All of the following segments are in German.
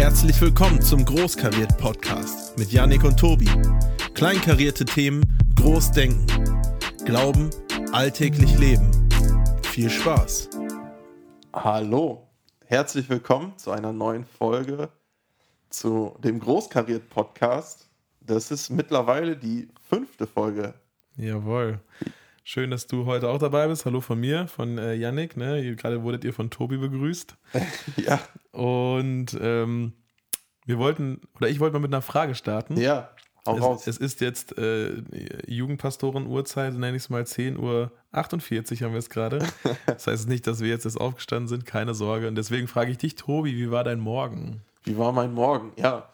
Herzlich willkommen zum Großkariert-Podcast mit Yannick und Tobi. Kleinkarierte Themen, groß denken. Glauben, alltäglich leben. Viel Spaß. Hallo, herzlich willkommen zu einer neuen Folge zu dem Großkariert-Podcast. Das ist mittlerweile die 5. Folge. Jawohl. Schön, dass du heute auch dabei bist. Hallo von mir, von Yannick. Ne? Gerade wurdet ihr von Tobi begrüßt. Ja. Und ich wollte mal mit einer Frage starten. Ja, hau raus. Es ist jetzt Jugendpastoren-Uhrzeit, nenne ich es mal 10:48 Uhr haben wir es gerade. Das heißt nicht, dass wir jetzt aufgestanden sind, keine Sorge. Und deswegen frage ich dich, Tobi, wie war dein Morgen? Wie war mein Morgen? Ja,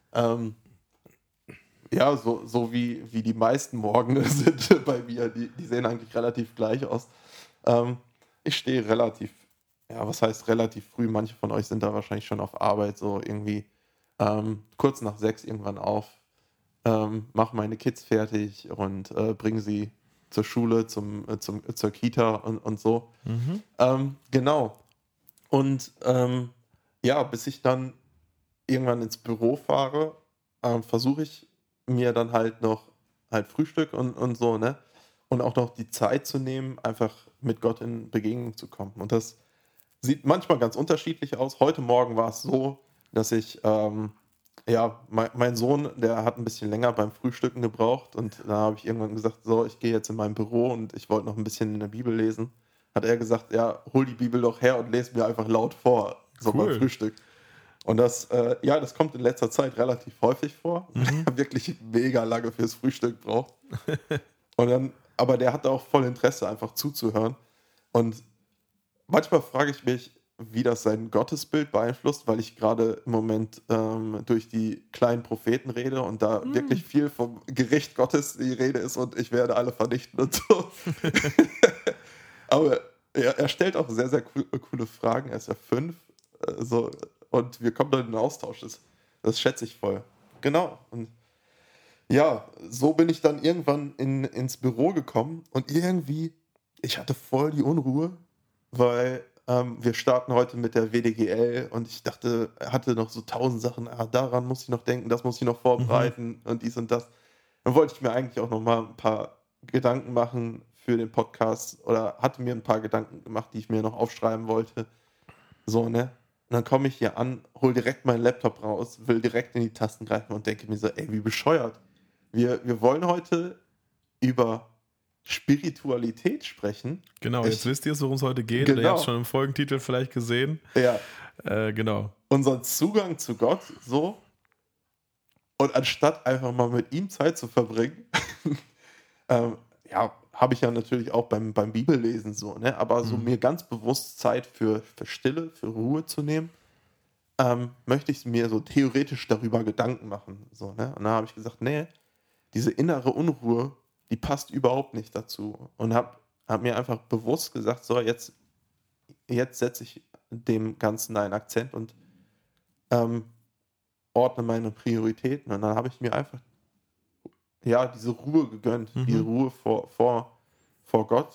so wie die meisten Morgen sind bei mir. Die sehen eigentlich relativ gleich aus. Ich stehe relativ früh. Manche von euch sind da wahrscheinlich schon auf Arbeit, so irgendwie kurz nach 6 irgendwann auf. Mache meine Kids fertig und bringe sie zur Schule, zur Kita und so. Mhm. Genau. Und bis ich dann irgendwann ins Büro fahre, versuche ich mir dann halt noch Frühstück und so, ne? Und auch noch die Zeit zu nehmen, einfach mit Gott in Begegnung zu kommen. Und das sieht manchmal ganz unterschiedlich aus. Heute Morgen war es so, dass ich, mein Sohn, der hat ein bisschen länger beim Frühstücken gebraucht. Und da habe ich irgendwann gesagt, so, ich gehe jetzt in mein Büro und ich wollte noch ein bisschen in der Bibel lesen. Hat er gesagt, ja, hol die Bibel doch her und lese mir einfach laut vor, so beim Frühstück. Und das kommt in letzter Zeit relativ häufig vor, weil er wirklich mega lange fürs Frühstück braucht. Aber der hatte auch voll Interesse, einfach zuzuhören. Und manchmal frage ich mich, wie das sein Gottesbild beeinflusst, weil ich gerade im Moment durch die kleinen Propheten rede und da wirklich viel vom Gericht Gottes die Rede ist und ich werde alle vernichten und so. Aber er stellt auch sehr, sehr coole Fragen. Er ist ja 5. Und wir kommen dann in den Austausch. Das schätze ich voll. Genau. Und ja, so bin ich dann irgendwann ins Büro gekommen und irgendwie, ich hatte voll die Unruhe, weil wir starten heute mit der WDGL und ich hatte noch so 1000 Sachen, daran muss ich noch denken, das muss ich noch vorbereiten und dies und das. Dann wollte ich mir eigentlich auch noch mal ein paar Gedanken machen für den Podcast oder hatte mir ein paar Gedanken gemacht, die ich mir noch aufschreiben wollte. So, ne? Und dann komme ich hier an, hole direkt meinen Laptop raus, will direkt in die Tasten greifen und denke mir so, ey, wie bescheuert. Wir wollen heute über Spiritualität sprechen. Genau, jetzt wisst ihr es, worum es heute geht. Genau. Oder ihr habt es schon im Folgentitel vielleicht gesehen. Ja. Genau. Unseren Zugang zu Gott, so. Und anstatt einfach mal mit ihm Zeit zu verbringen, habe ich ja natürlich auch beim Bibellesen so, ne? Aber so mir ganz bewusst Zeit für Stille, für Ruhe zu nehmen, möchte ich mir so theoretisch darüber Gedanken machen. So, ne? Und dann habe ich gesagt, nee, diese innere Unruhe, die passt überhaupt nicht dazu. Und hab mir einfach bewusst gesagt, so, jetzt setze ich dem Ganzen einen Akzent und ordne meine Prioritäten. Und dann habe ich mir einfach diese Ruhe gegönnt, diese Ruhe vor Gott.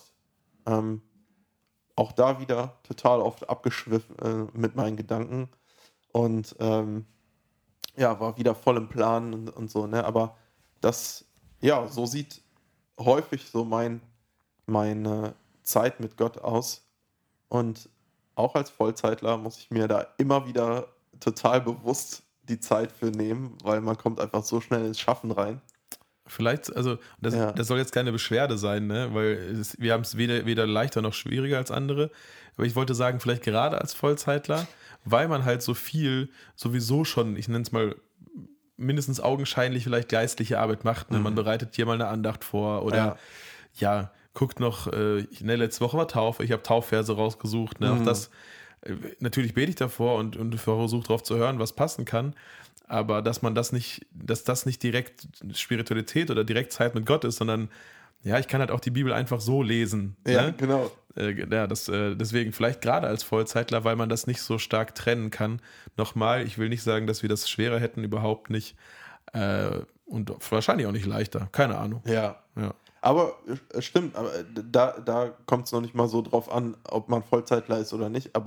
Auch da wieder total oft abgeschwiffen mit meinen Gedanken und war wieder voll im Plan und so, ne? Aber so sieht häufig so meine Zeit mit Gott aus. Und auch als Vollzeitler muss ich mir da immer wieder total bewusst die Zeit für nehmen, weil man kommt einfach so schnell ins Schaffen rein. Vielleicht, also das soll jetzt keine Beschwerde sein, ne? Weil wir haben es weder leichter noch schwieriger als andere. Aber ich wollte sagen, vielleicht gerade als Vollzeitler, weil man halt so viel sowieso schon, ich nenne es mal, mindestens augenscheinlich vielleicht geistliche Arbeit macht. Ne? Man bereitet hier mal eine Andacht vor oder guckt noch, letzte Woche war Taufe, ich habe Taufverse rausgesucht. Ne? Auch das, natürlich bete ich davor und versuche drauf zu hören, was passen kann. Aber dass das nicht direkt Spiritualität oder direkt Zeit mit Gott ist, sondern ich kann halt auch die Bibel einfach so lesen. Ja, ne? genau. Deswegen vielleicht gerade als Vollzeitler, weil man das nicht so stark trennen kann. Nochmal, ich will nicht sagen, dass wir das schwerer hätten, überhaupt nicht. Und wahrscheinlich auch nicht leichter. Keine Ahnung. Ja. Aber stimmt, aber da kommt es noch nicht mal so drauf an, ob man Vollzeitler ist oder nicht. Aber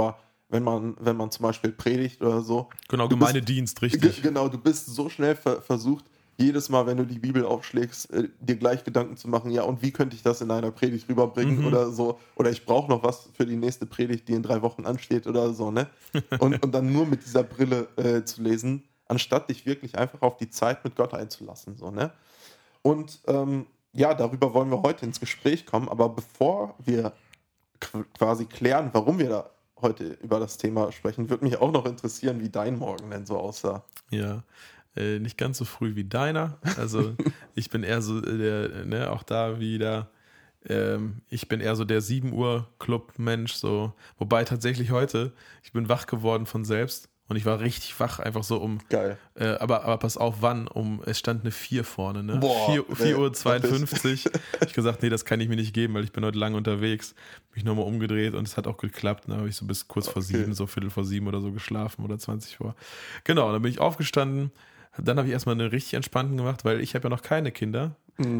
wenn man zum Beispiel predigt oder so. Genau, Gemeindedienst, richtig. Genau, du bist so schnell versucht, jedes Mal, wenn du die Bibel aufschlägst, dir gleich Gedanken zu machen, ja, und wie könnte ich das in einer Predigt rüberbringen oder so. Oder ich brauche noch was für die nächste Predigt, die in 3 Wochen ansteht oder so, ne? Und dann nur mit dieser Brille zu lesen, anstatt dich wirklich einfach auf die Zeit mit Gott einzulassen, so, ne? Und ja, darüber wollen wir heute ins Gespräch kommen, aber bevor wir quasi klären, warum wir da heute über das Thema sprechen, würde mich auch noch interessieren, wie dein Morgen denn so aussah. Ja, nicht ganz so früh wie deiner. Also ich bin eher so der, auch da wieder, ich bin eher so der 7 Uhr Club-Mensch, so. Wobei tatsächlich heute, ich bin wach geworden von selbst und ich war richtig wach, einfach so Geil. Aber pass auf, wann? Es stand eine 4 vorne, ne? Boah, 4:52 Uhr. Ich gesagt, nee, das kann ich mir nicht geben, weil ich bin heute lange unterwegs. Mich nochmal umgedreht und es hat auch geklappt. Dann habe ich so bis kurz vor 7, so 7:15 oder so geschlafen oder 20 vor. Genau, dann bin ich aufgestanden. Dann habe ich erstmal eine richtig entspannten gemacht, weil ich habe ja noch keine Kinder.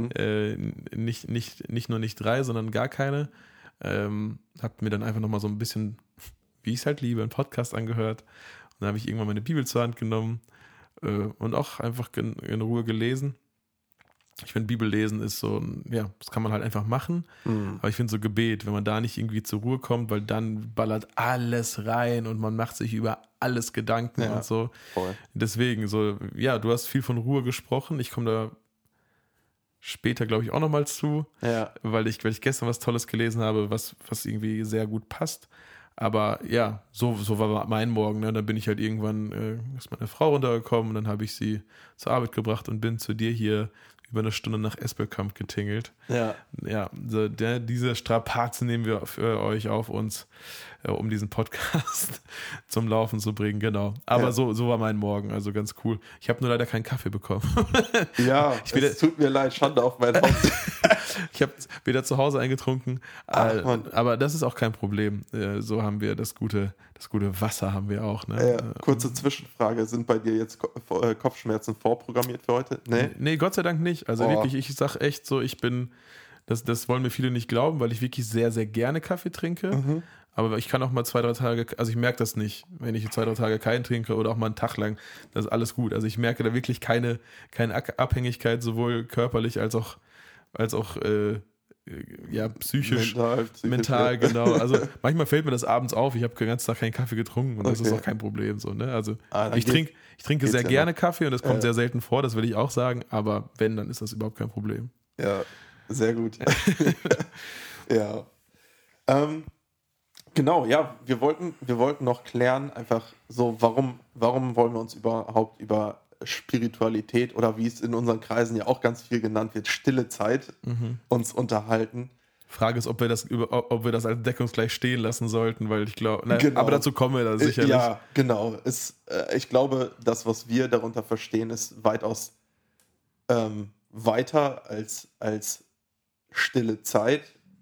Nicht nur nicht 3, sondern gar keine. Habe mir dann einfach nochmal so ein bisschen, wie ich es halt liebe, einen Podcast angehört. Und dann habe ich irgendwann meine Bibel zur Hand genommen und auch einfach in Ruhe gelesen. Ich finde, Bibellesen ist so, ja, das kann man halt einfach machen. Aber ich finde so Gebet, wenn man da nicht irgendwie zur Ruhe kommt, weil dann ballert alles rein und man macht sich über alles Gedanken und so. Voll. Deswegen, so, ja, du hast viel von Ruhe gesprochen. Ich komme da später, glaube ich, auch nochmal zu, weil ich gestern was Tolles gelesen habe, was irgendwie sehr gut passt. Aber ja, so war mein Morgen. Ne? Dann bin ich halt irgendwann, ist meine Frau runtergekommen und dann habe ich sie zur Arbeit gebracht und bin zu dir hier über eine Stunde nach Espelkamp getingelt. Ja, so diese Strapazen nehmen wir für euch auf uns, um diesen Podcast zum Laufen zu bringen, genau. Aber so war mein Morgen, also ganz cool. Ich habe nur leider keinen Kaffee bekommen. Ja, es tut mir leid, Schande auf mein Haupt. Ich habe weder zu Hause eingetrunken, aber das ist auch kein Problem. So haben wir das gute Wasser haben wir auch. Ne? Kurze Zwischenfrage, sind bei dir jetzt Kopfschmerzen vorprogrammiert für heute? Nee, Gott sei Dank nicht. Also wirklich, ich sag echt so, das wollen mir viele nicht glauben, weil ich wirklich sehr, sehr gerne Kaffee trinke. Aber ich kann auch mal 2-3 Tage, also ich merke das nicht, wenn ich 2-3 Tage keinen trinke oder auch mal einen Tag lang, das ist alles gut. Also ich merke da wirklich keine Abhängigkeit, sowohl körperlich als auch psychisch, mental, genau. Also manchmal fällt mir das abends auf, ich habe den ganzen Tag keinen Kaffee getrunken und das ist auch kein Problem so, ne? Also ich trinke sehr gerne Kaffee und das kommt sehr selten vor, das will ich auch sagen, aber wenn, dann ist das überhaupt kein Problem. Ja, sehr gut. Ja. Genau, ja, wir wollten noch klären, einfach so, warum wollen wir uns überhaupt über Spiritualität oder wie es in unseren Kreisen ja auch ganz viel genannt wird, stille Zeit, uns unterhalten. Frage ist, ob wir das als deckungsgleich stehen lassen sollten, weil ich glaube, aber dazu kommen wir da sicherlich. Ja, genau. Ich glaube, das, was wir darunter verstehen, ist weitaus weiter als stille Zeit.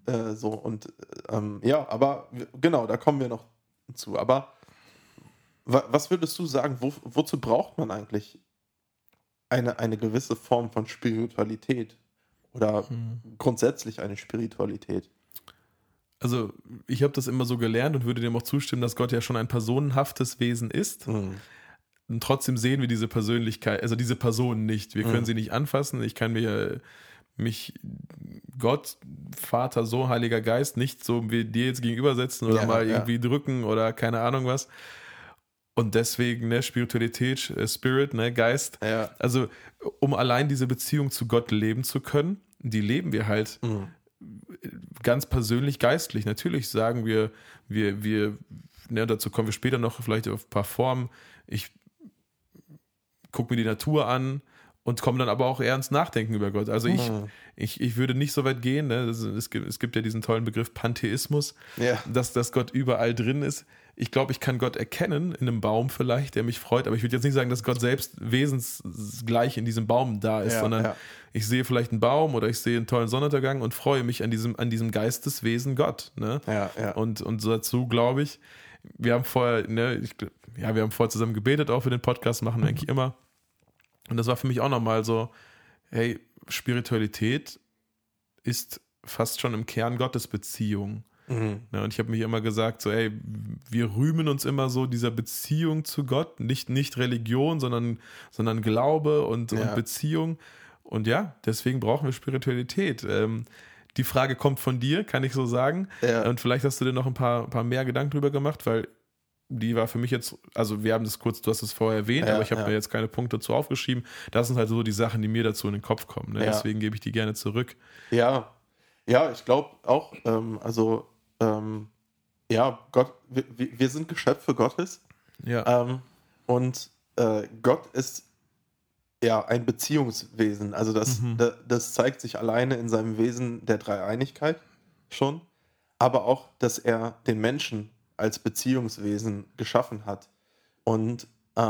Aber genau, da kommen wir noch zu. Aber was würdest du sagen, wozu braucht man eigentlich eine gewisse Form von Spiritualität oder grundsätzlich eine Spiritualität? Also ich habe das immer so gelernt und würde dem auch zustimmen, dass Gott ja schon ein personenhaftes Wesen ist. Und trotzdem sehen wir diese Persönlichkeit, also diese Person nicht. Wir können sie nicht anfassen. Ich kann mich Gott, Vater, Sohn, Heiliger Geist nicht so wie dir jetzt gegenübersetzen oder irgendwie drücken oder keine Ahnung was. Und deswegen, Spiritualität, Spirit, Geist. Ja. Also, um allein diese Beziehung zu Gott leben zu können, die leben wir halt ganz persönlich geistlich. Natürlich sagen wir, dazu kommen wir später noch vielleicht auf ein paar Formen. Ich gucke mir die Natur an und komme dann aber auch eher ins Nachdenken über Gott. Also ich würde nicht so weit gehen, ne? Es gibt ja diesen tollen Begriff Pantheismus, dass Gott überall drin ist. Ich glaube, ich kann Gott erkennen in einem Baum vielleicht, der mich freut, aber ich würde jetzt nicht sagen, dass Gott selbst wesensgleich in diesem Baum da ist, sondern ich sehe vielleicht einen Baum oder ich sehe einen tollen Sonnenuntergang und freue mich an diesem Geisteswesen Gott. Ne? Und so dazu glaube ich, wir haben vorher zusammen gebetet, auch für den Podcast, machen wir eigentlich immer. Und das war für mich auch nochmal so, hey, Spiritualität ist fast schon im Kern Gottesbeziehung. Ja, und ich habe mich immer gesagt, so, ey, wir rühmen uns immer so dieser Beziehung zu Gott, nicht Religion, sondern Glaube und Beziehung. Und ja, deswegen brauchen wir Spiritualität. Die Frage kommt von dir, kann ich so sagen. Ja. Und vielleicht hast du dir noch ein paar mehr Gedanken drüber gemacht, weil die war für mich jetzt, also wir haben das kurz, du hast es vorher erwähnt, aber ich habe mir jetzt keine Punkte dazu aufgeschrieben. Das sind halt so die Sachen, die mir dazu in den Kopf kommen. Ne? Deswegen gebe ich die gerne zurück. Ja, ich glaube auch, Gott, wir sind Geschöpfe Gottes. Ja. Und Gott ist ja ein Beziehungswesen. Also das zeigt sich alleine in seinem Wesen der Dreieinigkeit schon, aber auch, dass er den Menschen als Beziehungswesen geschaffen hat. Und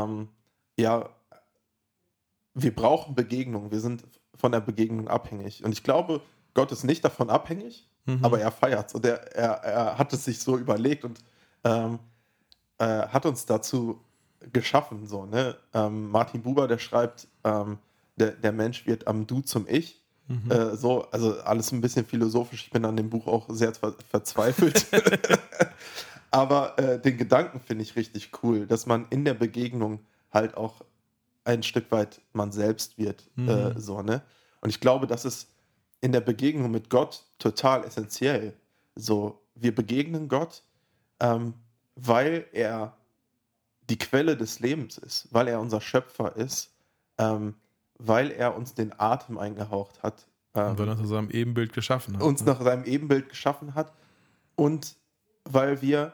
wir brauchen Begegnung. Wir sind von der Begegnung abhängig. Und ich glaube, Gott ist nicht davon abhängig, aber er feiert es. Und er hat es sich so überlegt und hat uns dazu geschaffen. So, ne? Martin Buber, der schreibt, der Mensch wird am Du zum Ich. Also alles ein bisschen philosophisch. Ich bin an dem Buch auch sehr verzweifelt. Aber den Gedanken finde ich richtig cool, dass man in der Begegnung halt auch ein Stück weit man selbst wird. Ne? Und ich glaube, das ist in der Begegnung mit Gott total essentiell. So, wir begegnen Gott, weil er die Quelle des Lebens ist, weil er unser Schöpfer ist, weil er uns den Atem eingehaucht hat. Und weil er nach seinem Ebenbild geschaffen hat. Uns nach seinem Ebenbild geschaffen hat und weil wir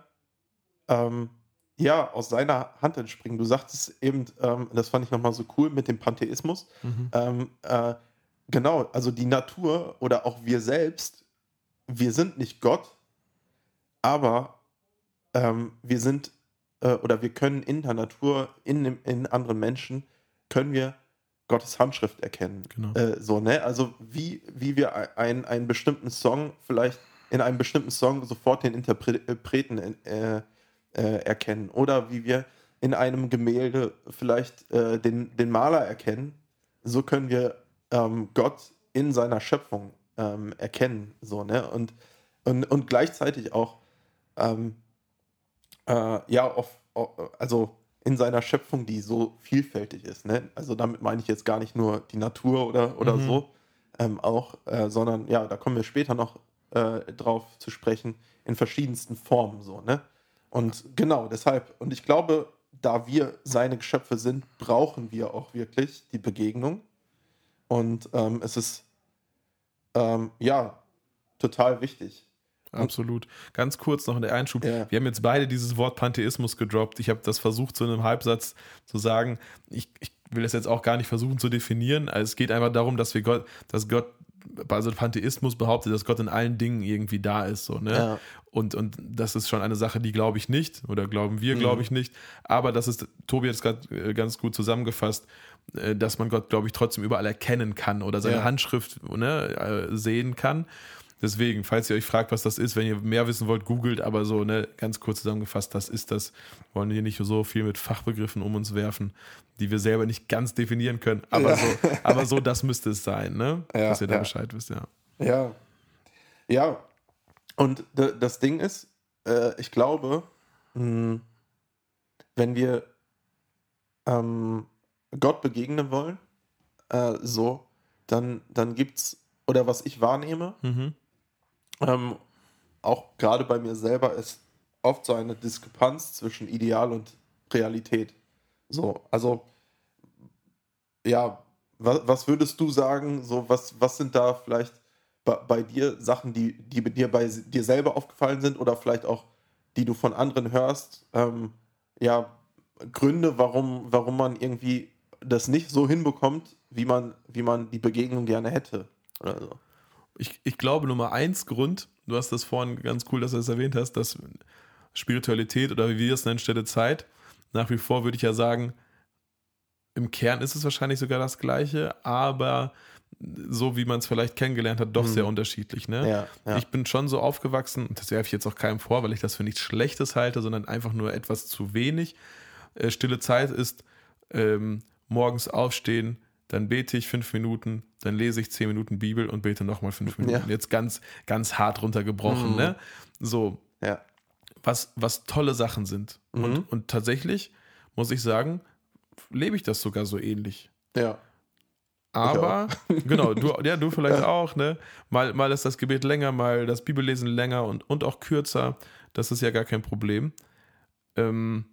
aus seiner Hand entspringen. Du sagtest eben, das fand ich nochmal so cool mit dem Pantheismus. Genau, also die Natur oder auch wir selbst, wir sind nicht Gott, aber wir sind oder wir können in der Natur, in anderen Menschen, können wir Gottes Handschrift erkennen. Genau. Ne? Also wie wir einen bestimmten Song vielleicht in einem bestimmten Song sofort den Interpreten erkennen oder wie wir in einem Gemälde vielleicht den Maler erkennen, so können wir Gott in seiner Schöpfung erkennen. So, ne? Und gleichzeitig auch also in seiner Schöpfung, die so vielfältig ist. Ne? Also damit meine ich jetzt gar nicht nur die Natur oder so, sondern da kommen wir später noch drauf zu sprechen, in verschiedensten Formen. So, ne? Und genau, deshalb, und ich glaube, da wir seine Geschöpfe sind, brauchen wir auch wirklich die Begegnung. Und es ist total wichtig. Absolut. Ganz kurz noch in der Einschub. Wir haben jetzt beide dieses Wort Pantheismus gedroppt. Ich habe das versucht, so in einem Halbsatz zu sagen. Ich will das jetzt auch gar nicht versuchen zu definieren. Also es geht einfach darum, dass Gott, also Pantheismus behauptet, dass Gott in allen Dingen irgendwie da ist. So, ne? Ja. Und das ist schon eine Sache, die glaube ich nicht, oder glauben wir, glaube ich nicht. Aber das ist, Tobi hat es gerade ganz gut zusammengefasst, dass man Gott, glaube ich, trotzdem überall erkennen kann oder seine Handschrift sehen kann. Deswegen, falls ihr euch fragt, was das ist, wenn ihr mehr wissen wollt, googelt, aber so, ne, ganz kurz zusammengefasst, das ist das. Wir wollen hier nicht so viel mit Fachbegriffen um uns werfen, die wir selber nicht ganz definieren können, aber so, das müsste es sein, ne? Dass ihr da Bescheid wisst, Ja. Und das Ding ist, ich glaube, wenn wir Gott begegnen wollen, dann gibt's, oder was ich wahrnehme, auch gerade bei mir selber, ist oft so eine Diskrepanz zwischen Ideal und Realität. So, also, was würdest du sagen, so, was sind da vielleicht bei dir Sachen, die dir bei dir selber aufgefallen sind oder vielleicht auch, die du von anderen hörst, Gründe, warum man irgendwie das nicht so hinbekommt, wie man die Begegnung gerne hätte oder so. Ich glaube, Nummer 1 Grund, du hast das vorhin ganz cool, dass du das erwähnt hast, dass Spiritualität oder wie wir es nennen, Stille Zeit, nach wie vor würde ich ja sagen, im Kern ist es wahrscheinlich sogar das Gleiche, aber so wie man es vielleicht kennengelernt hat, doch sehr unterschiedlich. Ne? Ja. Ich bin schon so aufgewachsen, und das werfe ich jetzt auch keinem vor, weil ich das für nichts Schlechtes halte, sondern einfach nur etwas zu wenig. Stille Zeit ist morgens aufstehen, dann bete ich 5 Minuten, dann lese ich 10 Minuten Bibel und bete nochmal 5 Minuten. Ja. Jetzt ganz, ganz hart runtergebrochen, ne? So, was tolle Sachen sind. Und tatsächlich, muss ich sagen, lebe ich das sogar so ähnlich. Ja. Aber, genau, du vielleicht auch, ne? Mal ist das Gebet länger, mal das Bibellesen länger und auch kürzer. Das ist ja gar kein Problem. Und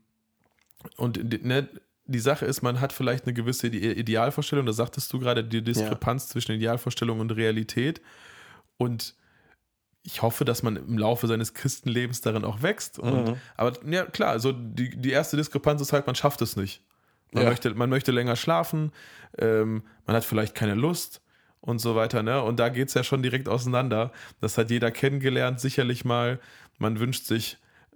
ne, die Sache ist, man hat vielleicht eine gewisse Idealvorstellung, da sagtest du gerade, die Diskrepanz zwischen Idealvorstellung und Realität. Und ich hoffe, dass man im Laufe seines Christenlebens darin auch wächst. Aber ja, klar, also die erste Diskrepanz ist halt, man schafft es nicht. Man möchte länger schlafen, man hat vielleicht keine Lust und so weiter, ne? Und da geht es ja schon direkt auseinander. Das hat jeder kennengelernt, sicherlich mal. Man wünscht sich,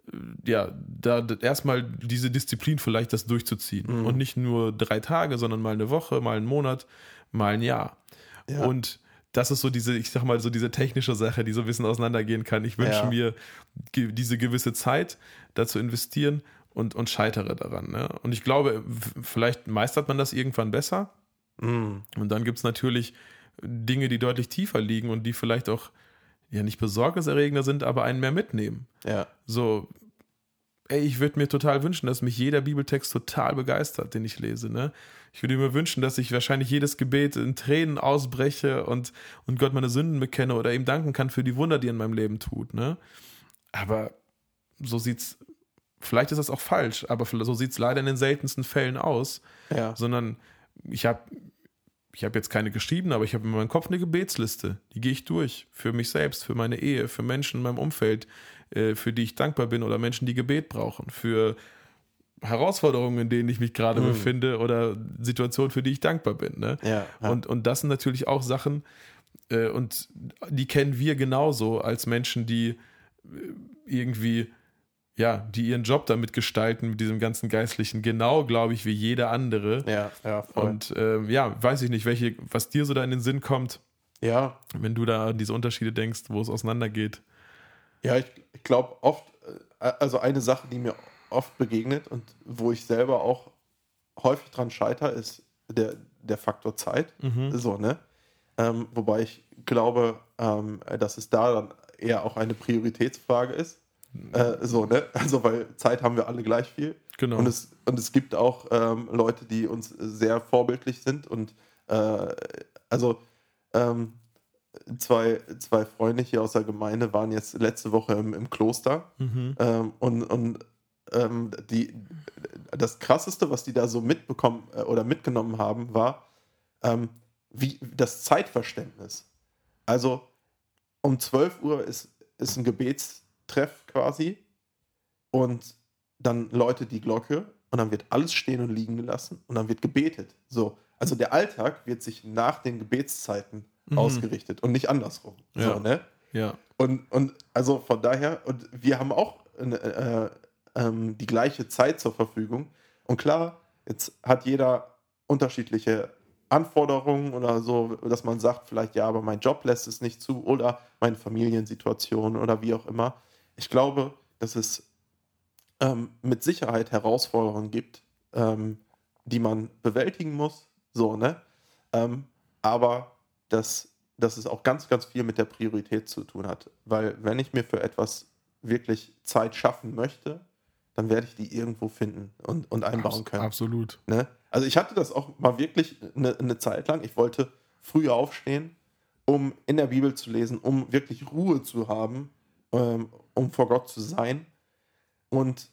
da erstmal diese Disziplin vielleicht, das durchzuziehen. Und nicht nur 3 Tage, sondern mal eine Woche, mal einen Monat, mal ein Jahr. Ja. Und das ist so diese technische Sache, die so ein bisschen auseinandergehen kann. Ich wünsche mir diese gewisse Zeit dazu investieren und scheitere daran. Ne? Und ich glaube, vielleicht meistert man das irgendwann besser. Und dann gibt es natürlich Dinge, die deutlich tiefer liegen und die vielleicht auch nicht besorgniserregender sind, aber einen mehr mitnehmen. Ja. So, ich würde mir total wünschen, dass mich jeder Bibeltext total begeistert, den ich lese. Ne? Ich würde mir wünschen, dass ich wahrscheinlich jedes Gebet in Tränen ausbreche und Gott meine Sünden bekenne oder ihm danken kann für die Wunder, die er in meinem Leben tut. Ne? Aber so sieht's, vielleicht ist das auch falsch, aber so sieht es leider in den seltensten Fällen aus. Ja. Sondern ich habe jetzt keine geschrieben, aber ich habe in meinem Kopf eine Gebetsliste. Die gehe ich durch. Für mich selbst, für meine Ehe, für Menschen in meinem Umfeld, für die ich dankbar bin oder Menschen, die Gebet brauchen. Für Herausforderungen, in denen ich mich gerade befinde oder Situationen, für die ich dankbar bin. Ne? Ja. Und das sind natürlich auch Sachen, und die kennen wir genauso als Menschen, die irgendwie die ihren Job damit gestalten, mit diesem ganzen Geistlichen, genau, glaube ich, wie jeder andere. Ja, voll. Und weiß ich nicht, was dir so da in den Sinn kommt, wenn du da an diese Unterschiede denkst, wo es auseinandergeht. Ja, ich glaube oft, also eine Sache, die mir oft begegnet und wo ich selber auch häufig dran scheitere, ist der Faktor Zeit. So, ne? Wobei ich glaube, dass es da dann eher auch eine Prioritätsfrage ist. So, ne? Also, weil Zeit haben wir alle gleich viel. Genau. Und es gibt auch Leute, die uns sehr vorbildlich sind. Und zwei Freunde hier aus der Gemeinde waren jetzt letzte Woche im Kloster. Das Krasseste, was die da so mitbekommen oder mitgenommen haben, war wie das Zeitverständnis. Also um 12 Uhr ist ein Gebetstreff quasi und dann läutet die Glocke und dann wird alles stehen und liegen gelassen und dann wird gebetet. So, also der Alltag wird sich nach den Gebetszeiten ausgerichtet und nicht andersrum. Ja. So, ne? Ja. Und also von daher, und wir haben auch die gleiche Zeit zur Verfügung. Und klar, jetzt hat jeder unterschiedliche Anforderungen oder so, dass man sagt, vielleicht aber mein Job lässt es nicht zu oder meine Familiensituation oder wie auch immer. Ich glaube, dass es mit Sicherheit Herausforderungen gibt, die man bewältigen muss, so, ne? Aber dass es auch ganz, ganz viel mit der Priorität zu tun hat. Weil wenn ich mir für etwas wirklich Zeit schaffen möchte, dann werde ich die irgendwo finden und einbauen können. Absolut. Ne? Also ich hatte das auch mal wirklich eine Zeit lang. Ich wollte früher aufstehen, um in der Bibel zu lesen, um wirklich Ruhe zu haben, um vor Gott zu sein. Und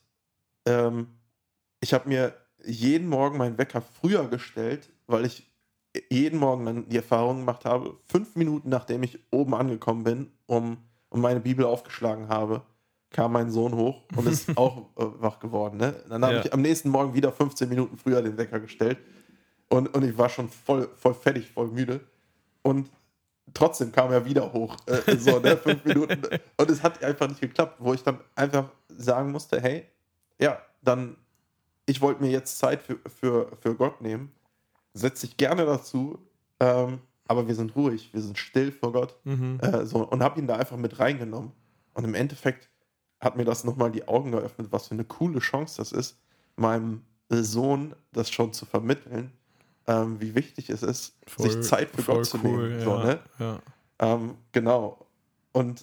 ich habe mir jeden Morgen meinen Wecker früher gestellt, weil ich jeden Morgen dann die Erfahrung gemacht habe, 5 Minuten nachdem ich oben angekommen bin, um meine Bibel aufgeschlagen habe, kam mein Sohn hoch und ist auch wach geworden. Ne? Dann habe ich am nächsten Morgen wieder 15 Minuten früher den Wecker gestellt und ich war schon voll fertig, voll müde. Und trotzdem kam er wieder hoch. 5 Minuten. Und es hat einfach nicht geklappt, wo ich dann einfach sagen musste, hey, dann, ich wollte mir jetzt Zeit für Gott nehmen. Setz dich gerne dazu, aber wir sind ruhig, wir sind still vor Gott. Und habe ihn da einfach mit reingenommen. Und im Endeffekt hat mir das nochmal die Augen geöffnet, was für eine coole Chance das ist, meinem Sohn das schon zu vermitteln, wie wichtig es ist, sich Zeit für Gott zu nehmen. So, ne? Genau. Und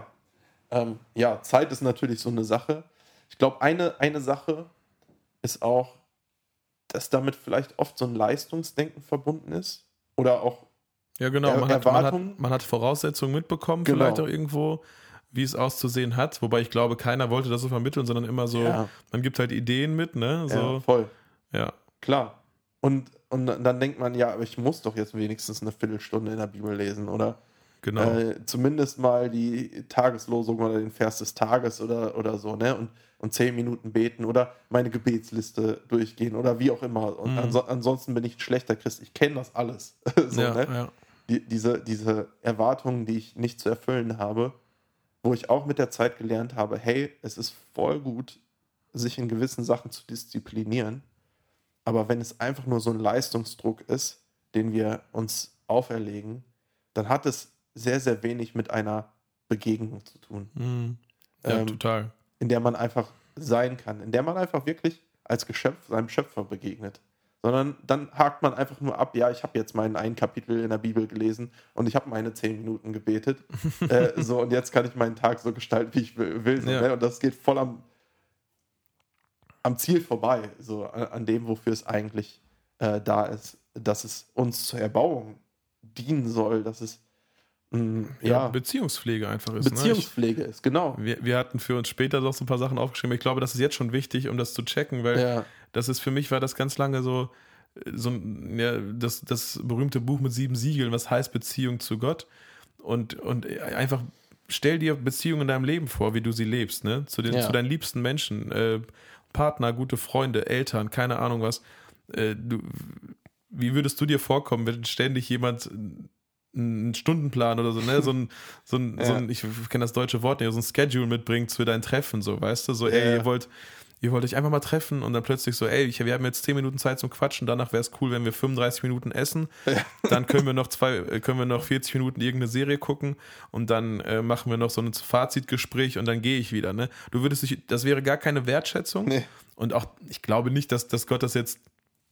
Zeit ist natürlich so eine Sache. Ich glaube, eine Sache ist auch, dass damit vielleicht oft so ein Leistungsdenken verbunden ist. Oder auch Erwartungen. Man hat Voraussetzungen mitbekommen, vielleicht auch irgendwo, wie es auszusehen hat. Wobei ich glaube, keiner wollte das so vermitteln, sondern immer so, man gibt halt Ideen mit, ne? So. Ja, voll. Ja. Klar. Und dann denkt man, ja, aber ich muss doch jetzt wenigstens eine Viertelstunde in der Bibel lesen, oder? Genau. Zumindest mal die Tageslosung oder den Vers des Tages oder so, ne? Und 10 Minuten beten oder meine Gebetsliste durchgehen oder wie auch immer. Und ansonsten bin ich ein schlechter Christ. Ich kenne das alles. So, ne? Diese Erwartungen, die ich nicht zu erfüllen habe, wo ich auch mit der Zeit gelernt habe, hey, es ist voll gut, sich in gewissen Sachen zu disziplinieren. Aber wenn es einfach nur so ein Leistungsdruck ist, den wir uns auferlegen, dann hat es sehr, sehr wenig mit einer Begegnung zu tun. Ja, total. In der man einfach sein kann, in der man einfach wirklich als Geschöpf seinem Schöpfer begegnet. Sondern dann hakt man einfach nur ab, ja, ich habe jetzt mein ein Kapitel in der Bibel gelesen und ich habe meine 10 Minuten gebetet. Und jetzt kann ich meinen Tag so gestalten, wie ich will. So, ne? Und das geht voll am Ziel vorbei, so an dem, wofür es eigentlich da ist, dass es uns zur Erbauung dienen soll, dass es Beziehungspflege einfach ist. Beziehungspflege ist, genau. Wir hatten für uns später noch so ein paar Sachen aufgeschrieben. Ich glaube, das ist jetzt schon wichtig, um das zu checken, weil für mich war das ganz lange so das berühmte Buch mit 7 Siegeln, was heißt Beziehung zu Gott. Und einfach stell dir Beziehungen in deinem Leben vor, wie du sie lebst, ne? Zu deinen liebsten Menschen, Partner, gute Freunde, Eltern, keine Ahnung was. Wie würdest du dir vorkommen, wenn ständig jemand einen Stundenplan oder so, ne, so ein, ich kenne das deutsche Wort nicht, so ein Schedule mitbringt für dein Treffen, so, weißt du, so, ihr wollt euch einfach mal treffen und dann plötzlich so, wir haben jetzt 10 Minuten Zeit zum Quatschen, danach wäre es cool, wenn wir 35 Minuten essen, dann können wir noch 40 Minuten irgendeine Serie gucken und dann machen wir noch so ein Fazitgespräch und dann gehe ich wieder, ne, das wäre gar keine Wertschätzung und auch, ich glaube nicht, dass Gott das jetzt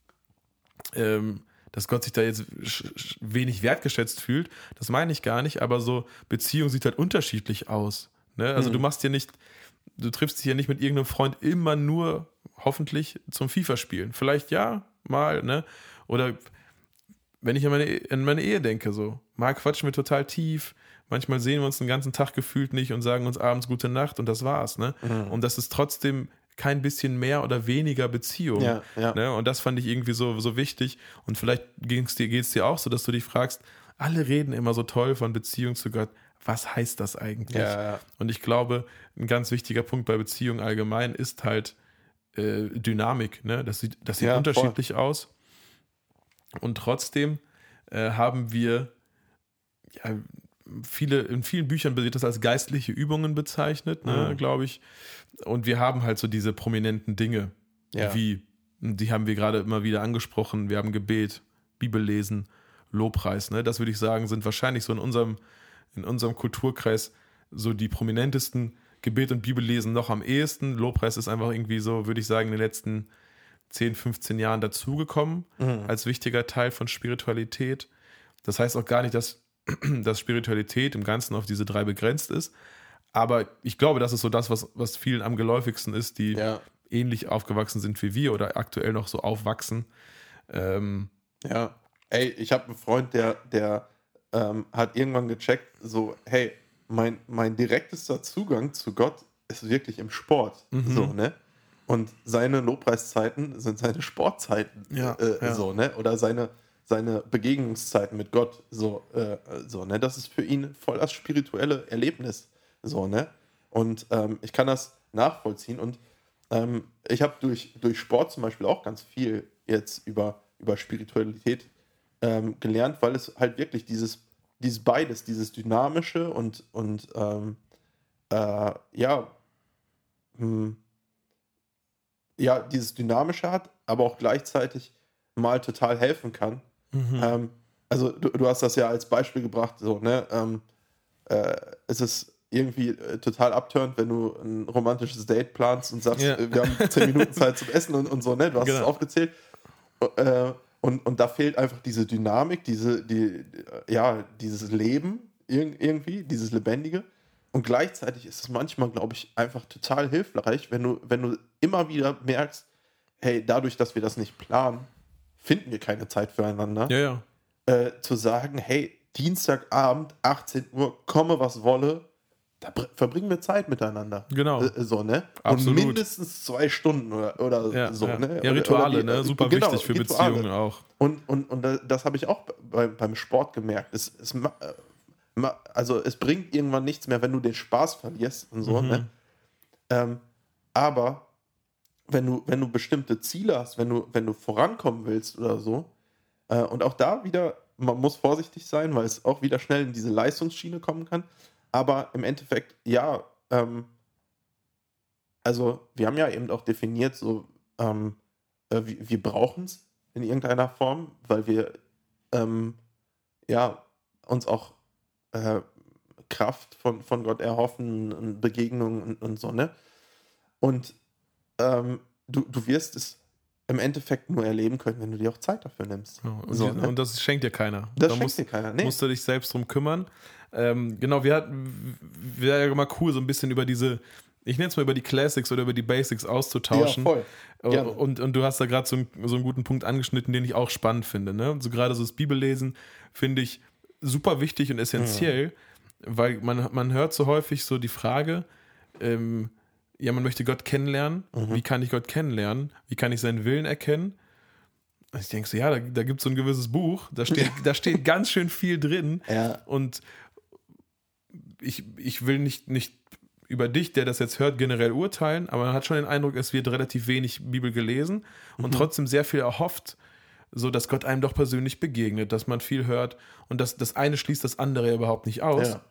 dass Gott sich da jetzt wenig wertgeschätzt fühlt, das meine ich gar nicht, aber so Beziehung sieht halt unterschiedlich aus. Ne? Also du triffst dich ja nicht mit irgendeinem Freund immer nur, hoffentlich, zum FIFA-Spielen. Vielleicht mal, ne? Oder wenn ich an meine Ehe denke, so, mal quatschen wir total tief, manchmal sehen wir uns den ganzen Tag gefühlt nicht und sagen uns abends gute Nacht und das war's, ne? Und das ist trotzdem kein bisschen mehr oder weniger Beziehung. Ne? Und das fand ich irgendwie so wichtig. Und vielleicht geht's dir auch so, dass du dich fragst, alle reden immer so toll von Beziehung zu Gott. Was heißt das eigentlich? Und ich glaube, ein ganz wichtiger Punkt bei Beziehung allgemein ist halt Dynamik. Ne? Das sieht unterschiedlich aus. Und trotzdem haben wir in vielen Büchern wird das als geistliche Übungen bezeichnet, ne, glaube ich. Und wir haben halt so diese prominenten Dinge, die haben wir gerade immer wieder angesprochen. Wir haben Gebet, Bibellesen, Lobpreis. Ne? Das würde ich sagen, sind wahrscheinlich so in unserem Kulturkreis so die prominentesten. Gebet und Bibellesen noch am ehesten. Lobpreis ist einfach irgendwie so, würde ich sagen, in den letzten 10, 15 Jahren dazugekommen als wichtiger Teil von Spiritualität. Das heißt auch gar nicht, dass Spiritualität im Ganzen auf diese 3 begrenzt ist. Aber ich glaube, das ist so das, was vielen am geläufigsten ist, die ähnlich aufgewachsen sind wie wir oder aktuell noch so aufwachsen. Ich habe einen Freund, der hat irgendwann gecheckt, so, hey, mein direktester Zugang zu Gott ist wirklich im Sport. So, ne? Und seine Lobpreiszeiten sind seine Sportzeiten. So, ne? Oder seine Begegnungszeiten mit Gott, ne? Das ist für ihn voll das spirituelle Erlebnis, so, ne? Und ich kann das nachvollziehen und ich habe durch Sport zum Beispiel auch ganz viel jetzt über Spiritualität gelernt, weil es halt wirklich dieses beides, dieses Dynamische und dieses Dynamische hat, aber auch gleichzeitig mal total helfen kann. Also du hast das ja als Beispiel gebracht, so, ne? Es ist irgendwie total abturnt, wenn du ein romantisches Date planst und sagst, wir haben 10 Minuten Zeit zum Essen und so, ne? Du hast es aufgezählt. Und da fehlt einfach diese Dynamik, dieses Leben irgendwie, dieses Lebendige. Und gleichzeitig ist es manchmal, glaube ich, einfach total hilfreich, wenn du immer wieder merkst, hey, dadurch, dass wir das nicht planen, finden wir keine Zeit füreinander. Ja. Zu sagen, hey, Dienstagabend, 18 Uhr, komme was wolle, da verbringen wir Zeit miteinander. Genau. So, ne? Absolut. Und mindestens 2 Stunden oder so, ne? Ja, Rituale, ne? Super wichtig für Rituale. Beziehungen auch. Und das habe ich auch beim Sport gemerkt. Also es bringt irgendwann nichts mehr, wenn du den Spaß verlierst und so, ne? Aber wenn du bestimmte Ziele hast, wenn du vorankommen willst oder so, und auch da wieder, man muss vorsichtig sein, weil es auch wieder schnell in diese Leistungsschiene kommen kann. Aber im Endeffekt, ja, also wir haben ja eben auch definiert, so, wir brauchen es in irgendeiner Form, weil wir uns auch Kraft von Gott erhoffen und Begegnungen und so, ne? Und du wirst es im Endeffekt nur erleben können, wenn du dir auch Zeit dafür nimmst. Ja, und das schenkt dir keiner. Das schenkt dir keiner, nee. Musst du dich selbst drum kümmern. Genau, wäre ja mal cool, so ein bisschen über diese, ich nenne es mal über die Classics oder über die Basics auszutauschen. Ja, voll. Und du hast da gerade so einen guten Punkt angeschnitten, den ich auch spannend finde. Ne? So gerade so das Bibellesen finde ich super wichtig und essentiell, weil man hört so häufig so die Frage, man möchte Gott kennenlernen. Wie kann ich Gott kennenlernen? Wie kann ich seinen Willen erkennen? Und ich denke so, ja, da gibt es so ein gewisses Buch, da steht ganz schön viel drin. Ja. Und ich will nicht über dich, der das jetzt hört, generell urteilen, aber man hat schon den Eindruck, es wird relativ wenig Bibel gelesen und trotzdem sehr viel erhofft, so dass Gott einem doch persönlich begegnet, dass man viel hört und das eine schließt das andere ja überhaupt nicht aus. Ja.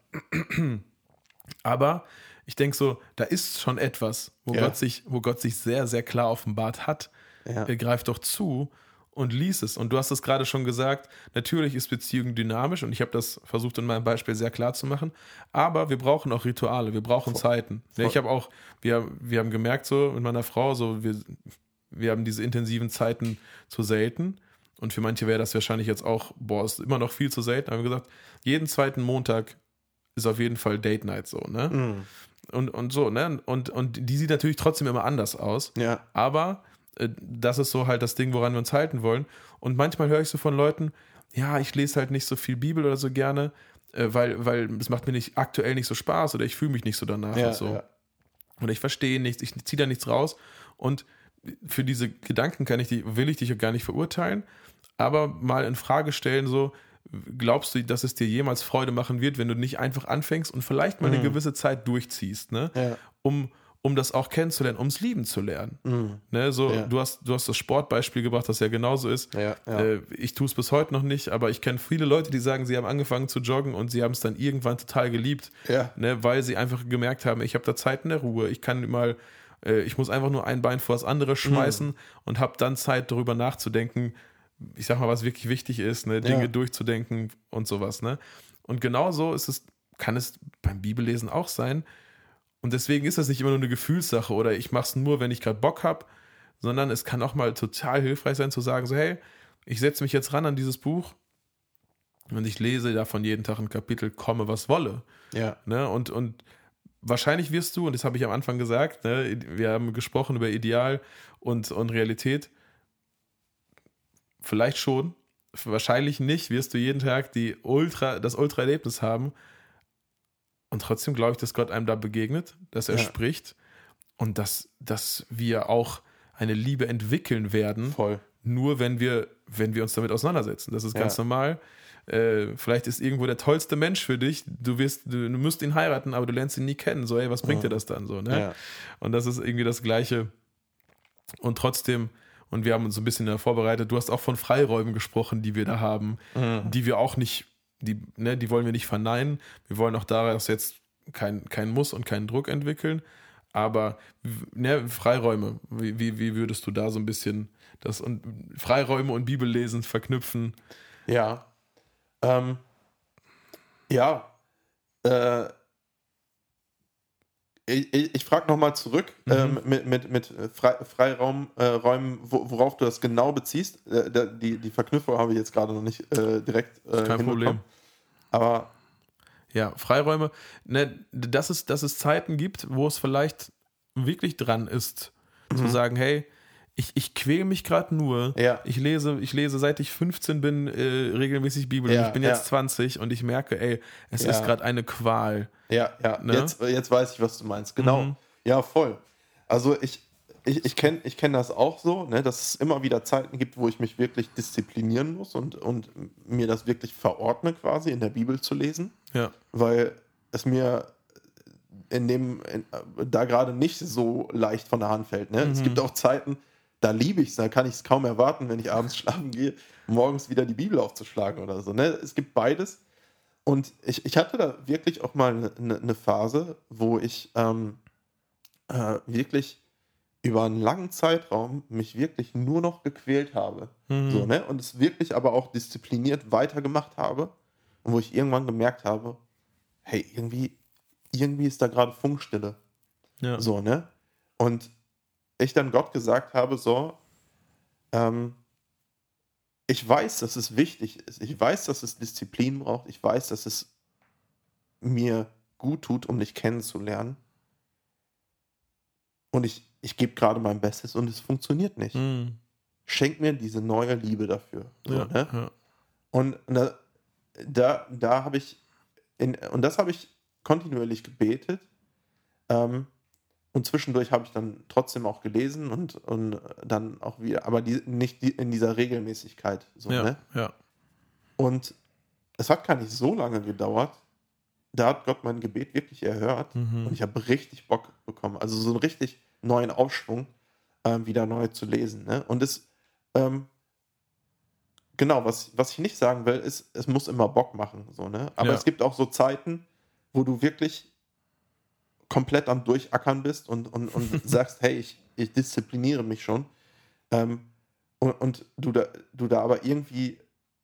Aber ich denke so, da ist schon etwas, wo Gott sich sehr, sehr klar offenbart hat. Ja. Er greift doch zu und lies es. Und du hast es gerade schon gesagt, natürlich ist Beziehung dynamisch und ich habe das versucht in meinem Beispiel sehr klar zu machen, aber wir brauchen auch Rituale, wir brauchen Zeiten. Ja, ich habe auch, wir haben gemerkt so mit meiner Frau, so wir haben diese intensiven Zeiten zu selten und für manche wäre das wahrscheinlich jetzt auch, ist immer noch viel zu selten, aber wir haben gesagt, jeden zweiten Montag ist auf jeden Fall Date Night so, ne? Und so, ne? Und die sieht natürlich trotzdem immer anders aus, aber das ist so halt das Ding, woran wir uns halten wollen. Und manchmal höre ich so von Leuten, ja, ich lese halt nicht so viel Bibel oder so gerne, weil es macht mir aktuell nicht so Spaß oder ich fühle mich nicht so danach und so. Ja. Oder ich verstehe nichts, ich ziehe da nichts raus. Und für diese Gedanken will ich dich gar nicht verurteilen, aber mal in Frage stellen, so, glaubst du, dass es dir jemals Freude machen wird, wenn du nicht einfach anfängst und vielleicht mal eine gewisse Zeit durchziehst, ne? Ja. Um das auch kennenzulernen, ums Lieben zu lernen. Ne, so, du hast das Sportbeispiel gebracht, das ja genauso ist. Ja. Ich tue es bis heute noch nicht, aber ich kenne viele Leute, die sagen, sie haben angefangen zu joggen und sie haben es dann irgendwann total geliebt, ne, weil sie einfach gemerkt haben, ich habe da Zeit in der Ruhe, ich muss einfach nur ein Bein vor das andere schmeißen und habe dann Zeit, darüber nachzudenken, ich sag mal, was wirklich wichtig ist, ne, Dinge durchzudenken und sowas. Ne? Und genauso kann es beim Bibellesen auch sein. Und deswegen ist das nicht immer nur eine Gefühlssache oder ich mache es nur, wenn ich gerade Bock habe, sondern es kann auch mal total hilfreich sein zu sagen, so hey, ich setze mich jetzt ran an dieses Buch und ich lese davon jeden Tag ein Kapitel, komme was wolle. Ja. Ne? Und wahrscheinlich wirst du, und das habe ich am Anfang gesagt, ne, wir haben gesprochen über Ideal und Realität, vielleicht schon, wahrscheinlich nicht, wirst du jeden Tag das Ultra-Erlebnis haben. Und trotzdem glaube ich, dass Gott einem da begegnet, dass er spricht und dass wir auch eine Liebe entwickeln werden, nur wenn wir uns damit auseinandersetzen. Das ist ganz normal. Vielleicht ist irgendwo der tollste Mensch für dich, du musst ihn heiraten, aber du lernst ihn nie kennen. So, ey, was bringt dir das dann? So, ne? Ja. Und das ist irgendwie das Gleiche. Und trotzdem, und wir haben uns so ein bisschen vorbereitet, du hast auch von Freiräumen gesprochen, die wir da haben, die wir auch nicht, die wollen wir nicht verneinen. Wir wollen auch daraus jetzt kein Muss und keinen Druck entwickeln. Aber Freiräume, wie würdest du da so ein bisschen das und Freiräume und Bibellesen verknüpfen? Ja. Ich frage nochmal zurück mit Freiräumen, worauf du das genau beziehst. Die Verknüpfung habe ich jetzt gerade noch nicht direkt Kein Problem. Aber ja, Freiräume, ne, dass es Zeiten gibt, wo es vielleicht wirklich dran ist, zu sagen, hey, ich quäle mich gerade nur. Ja. Ich lese, seit ich 15 bin, regelmäßig Bibel. Ja, ich bin jetzt 20 und ich merke, ey, es Ja. ist gerade eine Qual. Ja. Ne? Jetzt weiß ich, was du meinst. Genau. Ja, voll. Also ich kenn das auch so, ne, dass es immer wieder Zeiten gibt, wo ich mich wirklich disziplinieren muss und mir das wirklich verordne, quasi in der Bibel zu lesen. Ja. Weil es mir da gerade nicht so leicht von der Hand fällt. Ne? Es gibt auch Zeiten, da liebe ich es, da kann ich es kaum erwarten, wenn ich abends schlafen gehe, morgens wieder die Bibel aufzuschlagen oder so. Ne? Es gibt beides. Und ich hatte da wirklich auch mal eine Phase, wo ich wirklich über einen langen Zeitraum mich wirklich nur noch gequält habe. So, ne? Und es wirklich aber auch diszipliniert weitergemacht habe. Und wo ich irgendwann gemerkt habe, hey, irgendwie ist da gerade Funkstille. Ja. So, ne? Und ich dann Gott gesagt habe, so, ich weiß, dass es wichtig ist. Ich weiß, dass es Disziplin braucht. Ich weiß, dass es mir gut tut, um dich kennenzulernen. Und ich gebe gerade mein Bestes und es funktioniert nicht. Schenk mir diese neue Liebe dafür. So, Ja. ne? Ja. Und da habe ich, und das habe ich kontinuierlich gebetet. Und zwischendurch habe ich dann trotzdem auch gelesen und dann auch wieder, aber nicht in dieser Regelmäßigkeit. So, Ja. ne? Ja. Und es hat gar nicht so lange gedauert. Da hat Gott mein Gebet wirklich erhört und ich habe richtig Bock bekommen. Also so einen richtig neuen Aufschwung, wieder neu zu lesen. Ne? Und genau, was ich nicht sagen will, ist, es muss immer Bock machen. So, ne? Aber es gibt auch so Zeiten, wo du wirklich komplett am Durchackern bist und sagst, hey, ich diszipliniere mich schon. Und du da aber irgendwie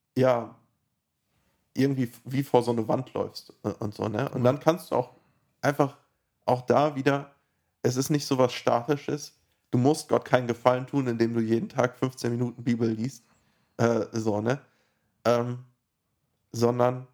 wie vor so eine Wand läufst und so, ne? Und dann kannst du auch einfach auch da wieder, es ist nicht so was Statisches, du musst Gott keinen Gefallen tun, indem du jeden Tag 15 Minuten Bibel liest, so, ne? Sondern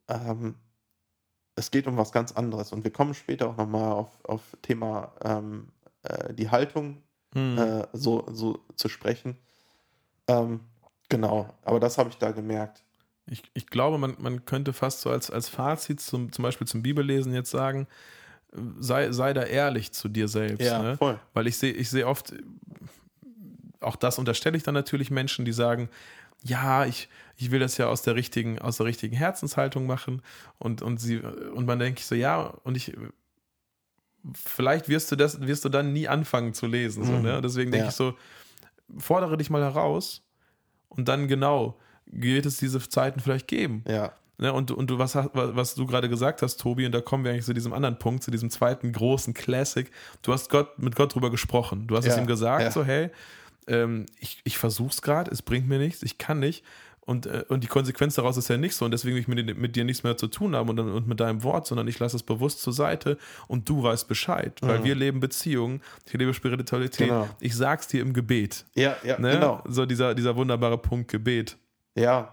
es geht um was ganz anderes. Und wir kommen später auch nochmal auf Thema die Haltung so zu sprechen. Genau, aber das habe ich da gemerkt. Ich glaube, man könnte fast so als Fazit zum Beispiel zum Bibellesen jetzt sagen, sei da ehrlich zu dir selbst. Ja, ne? voll. Weil ich sehe oft, auch das unterstelle ich dann natürlich Menschen, die sagen, ja, ich will das ja aus der richtigen Herzenshaltung machen und man denkt so, ja, und vielleicht wirst du dann nie anfangen zu lesen. So, ne? Deswegen denke ich so, fordere dich mal heraus und dann wird es diese Zeiten vielleicht geben. Ja. Ne? Und du, was du gerade gesagt hast, Tobi, und da kommen wir eigentlich zu diesem anderen Punkt, zu diesem zweiten großen Classic. Du hast mit Gott drüber gesprochen. Du hast es ihm gesagt, so, hey, ich versuch's gerade, es bringt mir nichts, ich kann nicht. Und die Konsequenz daraus ist ja nicht so und deswegen will ich mit dir nichts mehr zu tun haben und mit deinem Wort, sondern ich lasse es bewusst zur Seite und du weißt Bescheid, weil wir leben Beziehungen, ich lebe Spiritualität, ich sag's dir im Gebet. Ja, ne? Genau. So dieser wunderbare Punkt Gebet. Ja.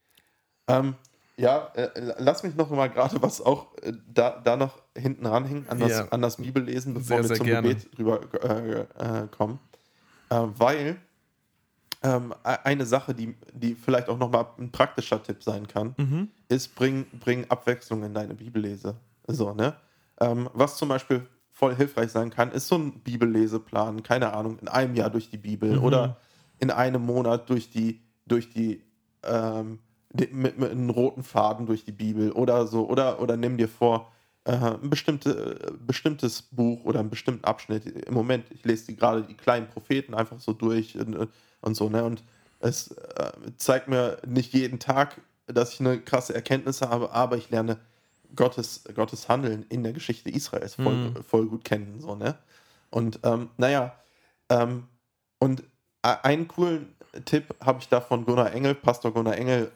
Lass mich noch mal gerade was auch da noch hinten ranhängen, an das Bibellesen, bevor wir zum gerne. Gebet drüber kommen. Weil eine Sache, die vielleicht auch nochmal ein praktischer Tipp sein kann, ist, bring Abwechslung in deine Bibellese. So, ne? Was zum Beispiel voll hilfreich sein kann, ist so ein Bibelleseplan, keine Ahnung, in einem Jahr durch die Bibel oder in einem Monat mit einem roten Faden durch die Bibel oder so, oder nimm dir vor, ein bestimmtes Buch oder einen bestimmten Abschnitt. Im Moment, ich lese gerade die kleinen Propheten einfach so durch und so, ne? Und es zeigt mir nicht jeden Tag, dass ich eine krasse Erkenntnis habe, aber ich lerne Gottes Handeln in der Geschichte Israels voll gut kennen, so, ne? Und und einen coolen Tipp habe ich da von Pastor Gunnar Engel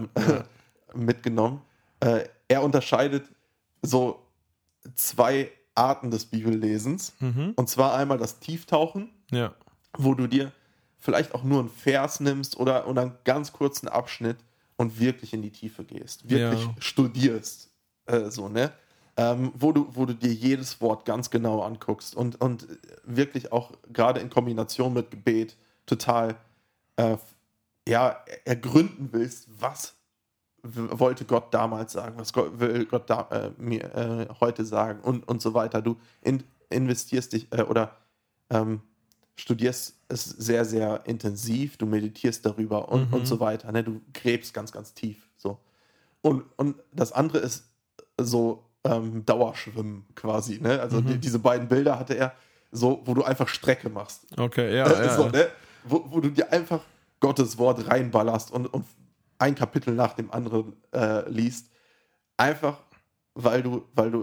mitgenommen. Er unterscheidet so zwei Arten des Bibellesens. Mhm. Und zwar einmal das Tieftauchen, Ja. wo du dir vielleicht auch nur einen Vers nimmst oder einen ganz kurzen Abschnitt und wirklich in die Tiefe gehst. Wirklich studierst. So, ne? Wo du dir jedes Wort ganz genau anguckst und wirklich auch gerade in Kombination mit Gebet total ergründen willst, was wollte Gott damals sagen, was will Gott mir heute sagen und so weiter. Du investierst dich studierst es sehr, sehr intensiv, du meditierst darüber und so weiter. Ne? Du gräbst ganz, ganz tief. So. Und das andere ist so Dauerschwimmen quasi. Ne? Also diese beiden Bilder hatte er so, wo du einfach Strecke machst. Okay, ja. So, ne? Wo du dir einfach Gottes Wort reinballerst und ein Kapitel nach dem anderen liest. Einfach, weil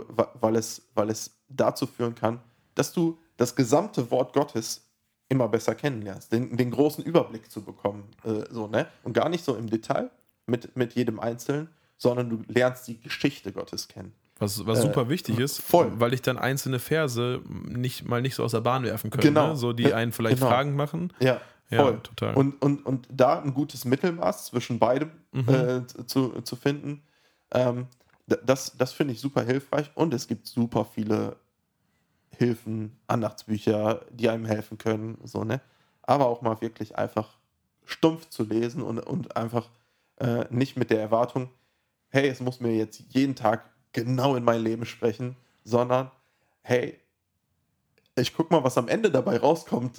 es dazu führen kann, dass du das gesamte Wort Gottes immer besser kennenlernst, den großen Überblick zu bekommen. So, ne? Und gar nicht so im Detail mit jedem Einzelnen, sondern du lernst die Geschichte Gottes kennen. Was super wichtig ist, weil ich dann einzelne Verse nicht so aus der Bahn werfen kann. Genau. Ne? So, die einen vielleicht Fragen machen. Ja, voll. Ja, total. Und da ein gutes Mittelmaß zwischen beidem zu finden, das finde ich super hilfreich. Und es gibt super viele Hilfen, Andachtsbücher, die einem helfen können. So, ne? Aber auch mal wirklich einfach stumpf zu lesen und einfach nicht mit der Erwartung, hey, es muss mir jetzt jeden Tag genau in mein Leben sprechen, sondern hey, ich guck mal, was am Ende dabei rauskommt,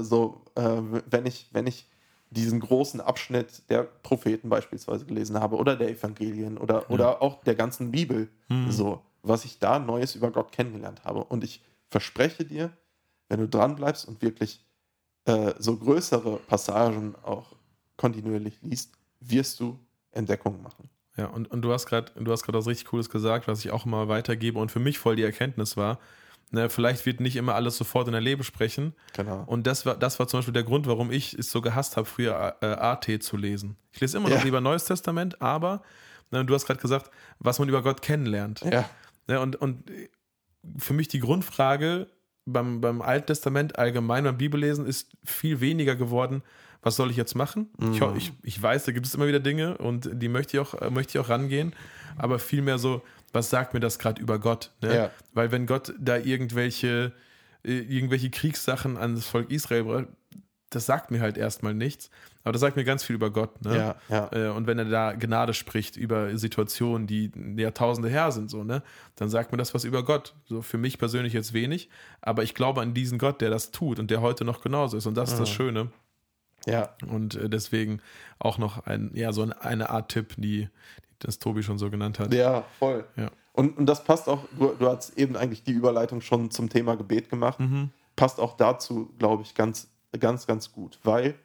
wenn ich diesen großen Abschnitt der Propheten beispielsweise gelesen habe oder der Evangelien oder auch der ganzen Bibel, so, was ich da Neues über Gott kennengelernt habe. Und ich verspreche dir, wenn du dran bleibst und wirklich so größere Passagen auch kontinuierlich liest, wirst du Entdeckungen machen. Ja, und du hast gerade was richtig Cooles gesagt, was ich auch immer weitergebe und für mich voll die Erkenntnis war. Ne, vielleicht wird nicht immer alles sofort in dein Leben sprechen. Genau. Und das war zum Beispiel der Grund, warum ich es so gehasst habe, früher AT zu lesen. Ich lese immer noch lieber Neues Testament, aber du hast gerade gesagt, was man über Gott kennenlernt. Ja. Ne, und für mich die Grundfrage beim Alten Testament allgemein, beim Bibellesen, ist viel weniger geworden, was soll ich jetzt machen? Ich weiß, da gibt es immer wieder Dinge und die möchte ich auch rangehen, aber vielmehr so, was sagt mir das gerade über Gott? Ne? Ja. Weil wenn Gott da irgendwelche Kriegssachen an das Volk Israel, das sagt mir halt erstmal nichts, aber das sagt mir ganz viel über Gott. Ne? Ja. Und wenn er da Gnade spricht über Situationen, die Jahrtausende her sind, so, ne, dann sagt mir das was über Gott. So für mich persönlich jetzt wenig, aber ich glaube an diesen Gott, der das tut und der heute noch genauso ist und das ist das Schöne. Ja. Und deswegen auch noch eine Art Tipp, die das Tobi schon so genannt hat. Ja, voll. Ja. Und das passt auch, du hast eben eigentlich die Überleitung schon zum Thema Gebet gemacht, passt auch dazu, glaube ich, ganz, ganz, ganz gut, weil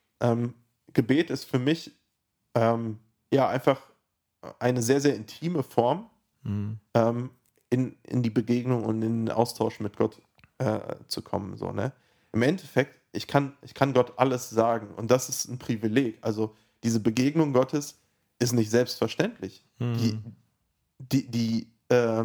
Gebet ist für mich einfach eine sehr, sehr intime Form, in die Begegnung und in den Austausch mit Gott zu kommen. So, ne? Im Endeffekt, ich kann Gott alles sagen und das ist ein Privileg. Also diese Begegnung Gottes ist nicht selbstverständlich. Die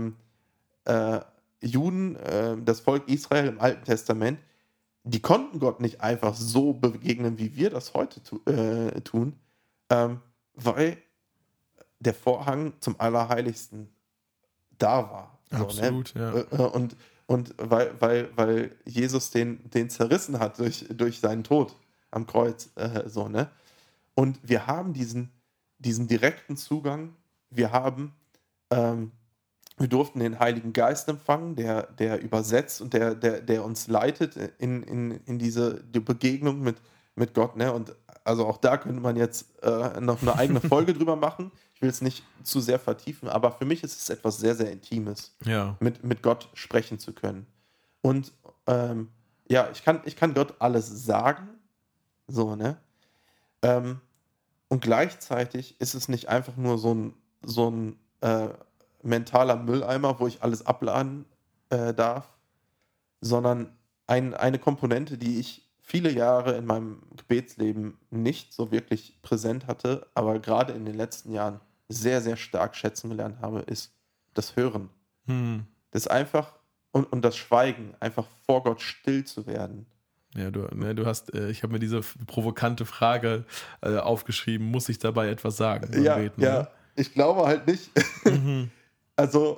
Juden, das Volk Israel im Alten Testament, die konnten Gott nicht einfach so begegnen, wie wir das heute tun, weil der Vorhang zum Allerheiligsten da war. So, absolut, ne? Ja. Und weil Jesus den zerrissen hat durch seinen Tod am Kreuz. So, ne? Und wir haben diesen direkten Zugang. Wir durften den Heiligen Geist empfangen, der übersetzt und der uns leitet in die Begegnung mit Gott. Ne? Und also auch da könnte man jetzt noch eine eigene Folge drüber machen. Ich will es nicht zu sehr vertiefen, aber für mich ist es etwas sehr, sehr Intimes, mit Gott sprechen zu können. Und ich kann Gott alles sagen, so, ne? Und gleichzeitig ist es nicht einfach nur so ein mentaler Mülleimer, wo ich alles abladen darf, sondern eine Komponente, die ich viele Jahre in meinem Gebetsleben nicht so wirklich präsent hatte, aber gerade in den letzten Jahren sehr, sehr stark schätzen gelernt habe, ist das Hören. Das ist einfach und das Schweigen, einfach vor Gott still zu werden. Ja, du hast, ich habe mir diese provokante Frage aufgeschrieben, muss ich dabei etwas sagen beim Beten? Ja, ich glaube halt nicht. Mhm. Also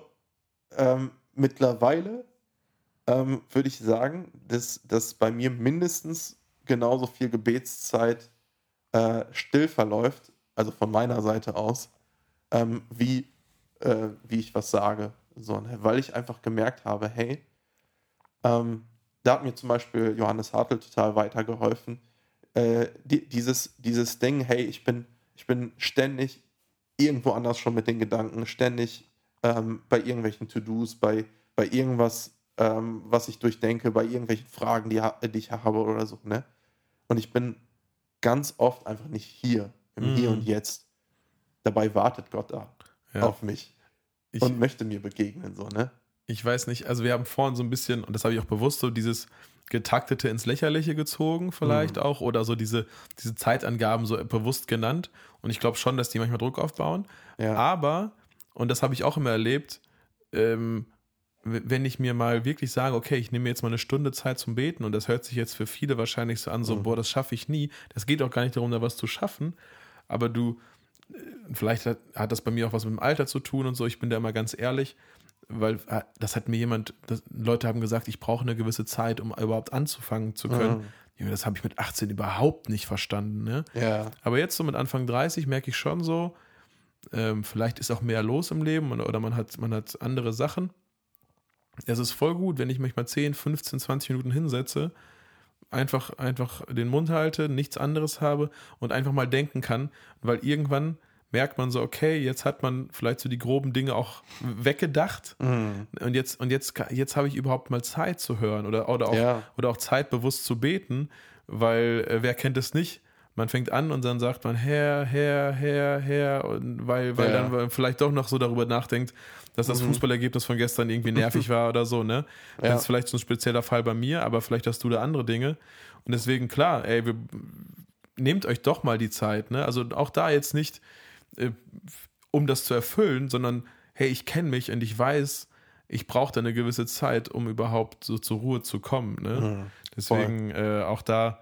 mittlerweile würde ich sagen, dass bei mir mindestens genauso viel Gebetszeit still verläuft, also von meiner Seite aus, wie ich was sage. So, ne? Weil ich einfach gemerkt habe, hey, da hat mir zum Beispiel Johannes Hartl total weitergeholfen. Dieses Ding, hey, ich bin ständig irgendwo anders schon mit den Gedanken, ständig bei irgendwelchen To-Dos, bei irgendwas, was ich durchdenke, bei irgendwelchen Fragen, die ich habe oder so. Ne? Und ich bin ganz oft einfach nicht hier, im Hier und Jetzt. Dabei wartet Gott da auf mich und möchte mir begegnen. So, ne? Ich weiß nicht, also wir haben vorhin so ein bisschen, und das habe ich auch bewusst, so dieses Getaktete ins Lächerliche gezogen vielleicht auch, oder so diese Zeitangaben so bewusst genannt. Und ich glaube schon, dass die manchmal Druck aufbauen. Ja. Aber, und das habe ich auch immer erlebt, wenn ich mir mal wirklich sage, okay, ich nehme mir jetzt mal eine Stunde Zeit zum Beten, und das hört sich jetzt für viele wahrscheinlich so an, so, boah, das schaffe ich nie. Das geht auch gar nicht darum, da was zu schaffen, aber vielleicht hat das bei mir auch was mit dem Alter zu tun und so, ich bin da immer ganz ehrlich, weil das hat mir Leute haben gesagt, ich brauche eine gewisse Zeit, um überhaupt anzufangen zu können. Das habe ich mit 18 überhaupt nicht verstanden. Ne? Ja. Aber jetzt so mit Anfang 30 merke ich schon so, vielleicht ist auch mehr los im Leben oder man hat andere Sachen. Es ist voll gut, wenn ich mich mal 10, 15, 20 Minuten hinsetze, einfach den Mund halte, nichts anderes habe und einfach mal denken kann, weil irgendwann merkt man so, okay, jetzt hat man vielleicht so die groben Dinge auch weggedacht und jetzt habe ich überhaupt mal Zeit zu hören oder auch Zeit bewusst zu beten, weil wer kennt es nicht? Man fängt an und dann sagt man Herr, und weil dann vielleicht doch noch so darüber nachdenkt, dass das Fußballergebnis von gestern irgendwie nervig war oder so, ne? Das ist vielleicht so ein spezieller Fall bei mir, aber vielleicht hast du da andere Dinge. Und deswegen, klar, nehmt euch doch mal die Zeit, ne? Also auch da jetzt nicht, um das zu erfüllen, sondern hey, ich kenne mich und ich weiß, ich brauche da eine gewisse Zeit, um überhaupt so zur Ruhe zu kommen, ne? Deswegen auch da,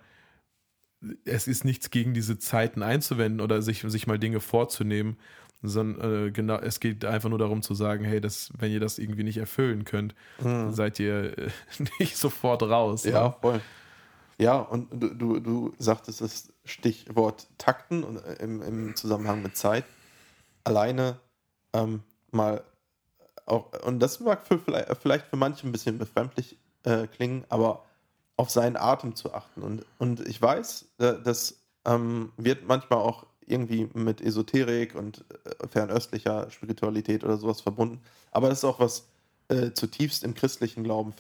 es ist nichts gegen diese Zeiten einzuwenden oder sich mal Dinge vorzunehmen, sondern genau, es geht einfach nur darum zu sagen, hey, wenn ihr das irgendwie nicht erfüllen könnt, seid ihr nicht sofort raus. Ja, ne? voll. Ja, und du sagtest das Stichwort Takten und im Zusammenhang mit Zeit. Alleine mal auch, und das mag vielleicht für manche ein bisschen befremdlich klingen, aber auf seinen Atem zu achten. Und ich weiß, das wird manchmal auch irgendwie mit Esoterik und fernöstlicher Spiritualität oder sowas verbunden. Aber das ist auch was zutiefst im christlichen Glauben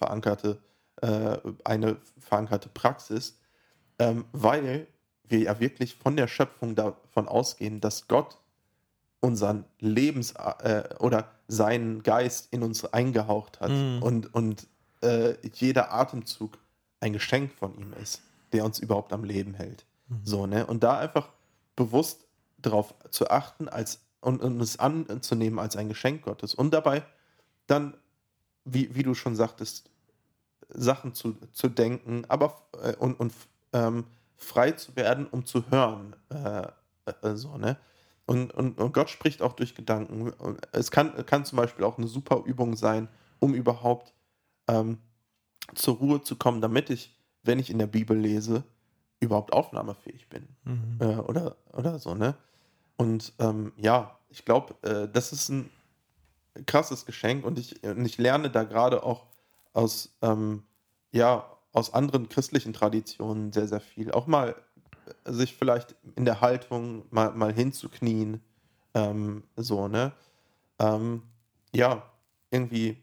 eine verankerte Praxis, weil wir ja wirklich von der Schöpfung davon ausgehen, dass Gott unseren oder seinen Geist in uns eingehaucht hat und jeder Atemzug ein Geschenk von ihm ist, der uns überhaupt am Leben hält. So, ne? Und da einfach bewusst darauf zu achten und es anzunehmen als ein Geschenk Gottes und dabei dann, wie du schon sagtest, Sachen zu denken, aber und frei zu werden, um zu hören. So, ne? Und Gott spricht auch durch Gedanken. Und es kann zum Beispiel auch eine super Übung sein, um überhaupt zur Ruhe zu kommen, damit ich, wenn ich in der Bibel lese, überhaupt aufnahmefähig bin. Oder so, ne? Und ich glaube, das ist ein krasses Geschenk und ich lerne da gerade auch aus anderen christlichen Traditionen sehr, sehr viel. Auch mal sich vielleicht in der Haltung mal hinzuknien, so, ne? Irgendwie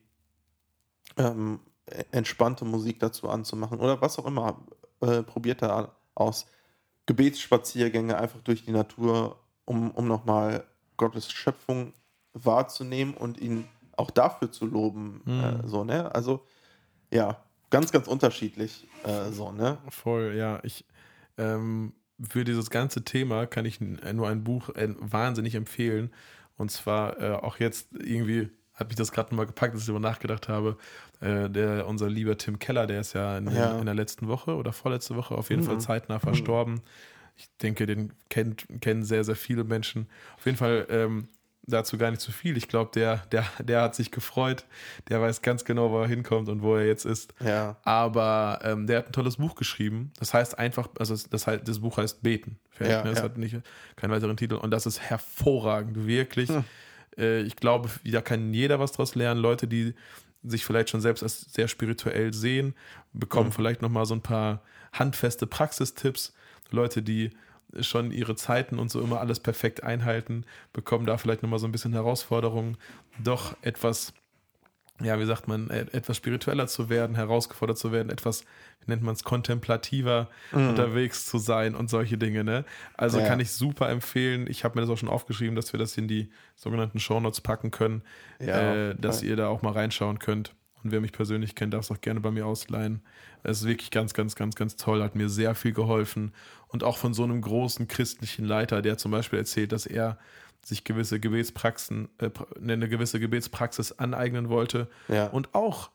entspannte Musik dazu anzumachen oder was auch immer. Probiert da aus. Gebetsspaziergänge einfach durch die Natur, um nochmal Gottes Schöpfung wahrzunehmen und ihn auch dafür zu loben. So, ne? Also, ja, ganz, ganz unterschiedlich. So, ne? Voll, ja. Für dieses ganze Thema kann ich nur ein Buch wahnsinnig empfehlen. Und zwar auch jetzt irgendwie hat mich das gerade mal gepackt, dass ich darüber nachgedacht habe. Unser lieber Tim Keller, der ist ja in der letzten Woche oder vorletzte Woche auf jeden Fall zeitnah verstorben. Ich denke, den kennen sehr, sehr viele Menschen. Auf jeden Fall dazu gar nicht zu viel. Ich glaube, der hat sich gefreut. Der weiß ganz genau, wo er hinkommt und wo er jetzt ist. Ja. Aber der hat ein tolles Buch geschrieben. Das heißt einfach, also das Buch heißt Beten. Fertig, ne? Das hat keinen weiteren Titel. Und das ist hervorragend, wirklich. Ich glaube, da kann jeder was draus lernen. Leute, die sich vielleicht schon selbst als sehr spirituell sehen, bekommen vielleicht nochmal so ein paar handfeste Praxistipps. Leute, die schon ihre Zeiten und so immer alles perfekt einhalten, bekommen da vielleicht nochmal so ein bisschen Herausforderungen, doch etwas, wie sagt man, etwas spiritueller zu werden, herausgefordert zu werden, etwas, wie nennt man es, kontemplativer unterwegs zu sein und solche Dinge, ne? Also kann ich super empfehlen. Ich habe mir das auch schon aufgeschrieben, dass wir das in die sogenannten Shownotes packen können, dass ihr da auch mal reinschauen könnt. Und wer mich persönlich kennt, darf es auch gerne bei mir ausleihen. Es ist wirklich ganz, ganz, ganz, ganz toll, hat mir sehr viel geholfen. Und auch von so einem großen christlichen Leiter, der zum Beispiel erzählt, dass er sich eine gewisse Gebetspraxis aneignen wollte und auch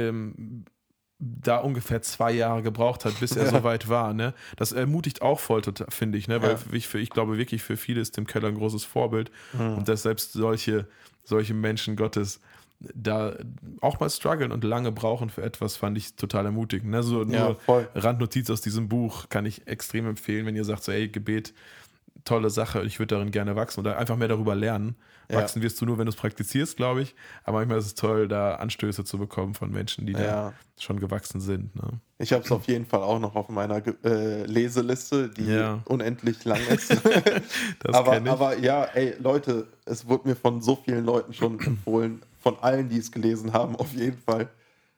da ungefähr 2 Jahre gebraucht hat, bis er so weit war. Ne? Das ermutigt auch voll, finde ich, ne? Weil ich glaube wirklich, für viele ist Tim Keller ein großes Vorbild und dass selbst solche Menschen Gottes da auch mal strugglen und lange brauchen für etwas, fand ich total ermutigend. Ne? So nur Randnotiz aus diesem Buch kann ich extrem empfehlen, wenn ihr sagt, so, ey, Gebet, tolle Sache, ich würde darin gerne wachsen oder einfach mehr darüber lernen. Wachsen wirst du nur, wenn du es praktizierst, glaube ich. Aber manchmal ist es toll, da Anstöße zu bekommen von Menschen, die da schon gewachsen sind. Ne? Ich habe es auf jeden Fall auch noch auf meiner Leseliste, die unendlich lang ist. aber ja, ey, Leute, es wurde mir von so vielen Leuten schon empfohlen, von allen, die es gelesen haben, auf jeden Fall.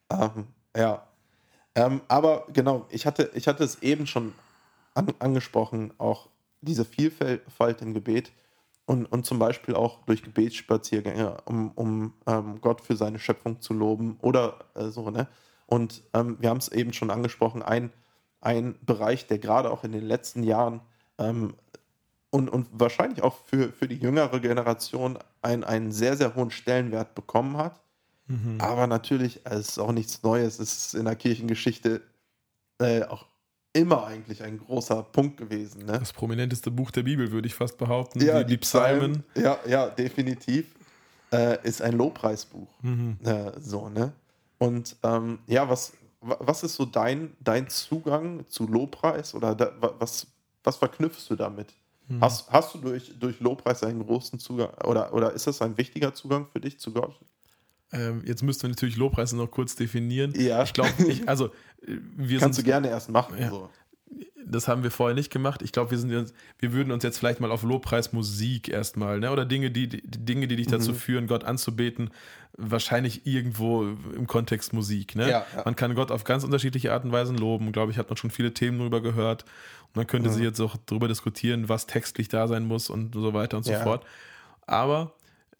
Aber genau, ich hatte es eben schon angesprochen, auch diese Vielfalt im Gebet und zum Beispiel auch durch Gebetsspaziergänge, um Gott für seine Schöpfung zu loben oder so, ne? Und wir haben es eben schon angesprochen, ein Bereich, der gerade auch in den letzten Jahren und wahrscheinlich auch für die jüngere Generation einen sehr, sehr hohen Stellenwert bekommen hat. Aber natürlich, es ist auch nichts Neues, es ist in der Kirchengeschichte auch immer eigentlich ein großer Punkt gewesen. Ne? Das prominenteste Buch der Bibel, würde ich fast behaupten. Ja, die Psalmen. Ja, definitiv. Ist ein Lobpreisbuch. So, ne? Und was ist so dein Zugang zu Lobpreis? Oder was verknüpfst du damit? Hast du durch Lobpreis einen großen Zugang? Oder ist das ein wichtiger Zugang für dich zu Gott? Jetzt müssten wir natürlich Lobpreis noch kurz definieren. Ja. Ich glaube, Kannst du gerne erst machen. Ja. So. Das haben wir vorher nicht gemacht. Ich glaube, wir würden uns jetzt vielleicht mal auf Lobpreismusik erstmal, ne? Oder Dinge, die dich dazu führen, Gott anzubeten, wahrscheinlich irgendwo im Kontext Musik. Ne? Ja. Man kann Gott auf ganz unterschiedliche Art und Weisen loben. Glaube ich, hat man schon viele Themen darüber gehört. Und man könnte sich jetzt auch darüber diskutieren, was textlich da sein muss und so weiter und so fort. Aber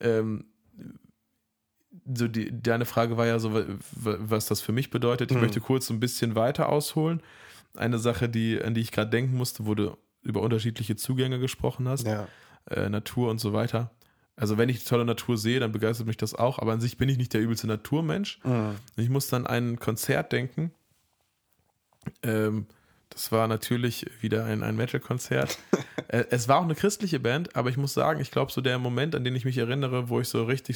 deine Frage war ja so, was das für mich bedeutet. Ich möchte kurz so ein bisschen weiter ausholen. Eine Sache, an die ich gerade denken musste, wo du über unterschiedliche Zugänge gesprochen hast, Natur und so weiter. Also wenn ich tolle Natur sehe, dann begeistert mich das auch, aber an sich bin ich nicht der übelste Naturmensch. Ich muss dann an ein Konzert denken. Das war natürlich wieder ein Metal-Konzert. Es war auch eine christliche Band, aber ich muss sagen, ich glaube, so der Moment, an den ich mich erinnere, wo ich so richtig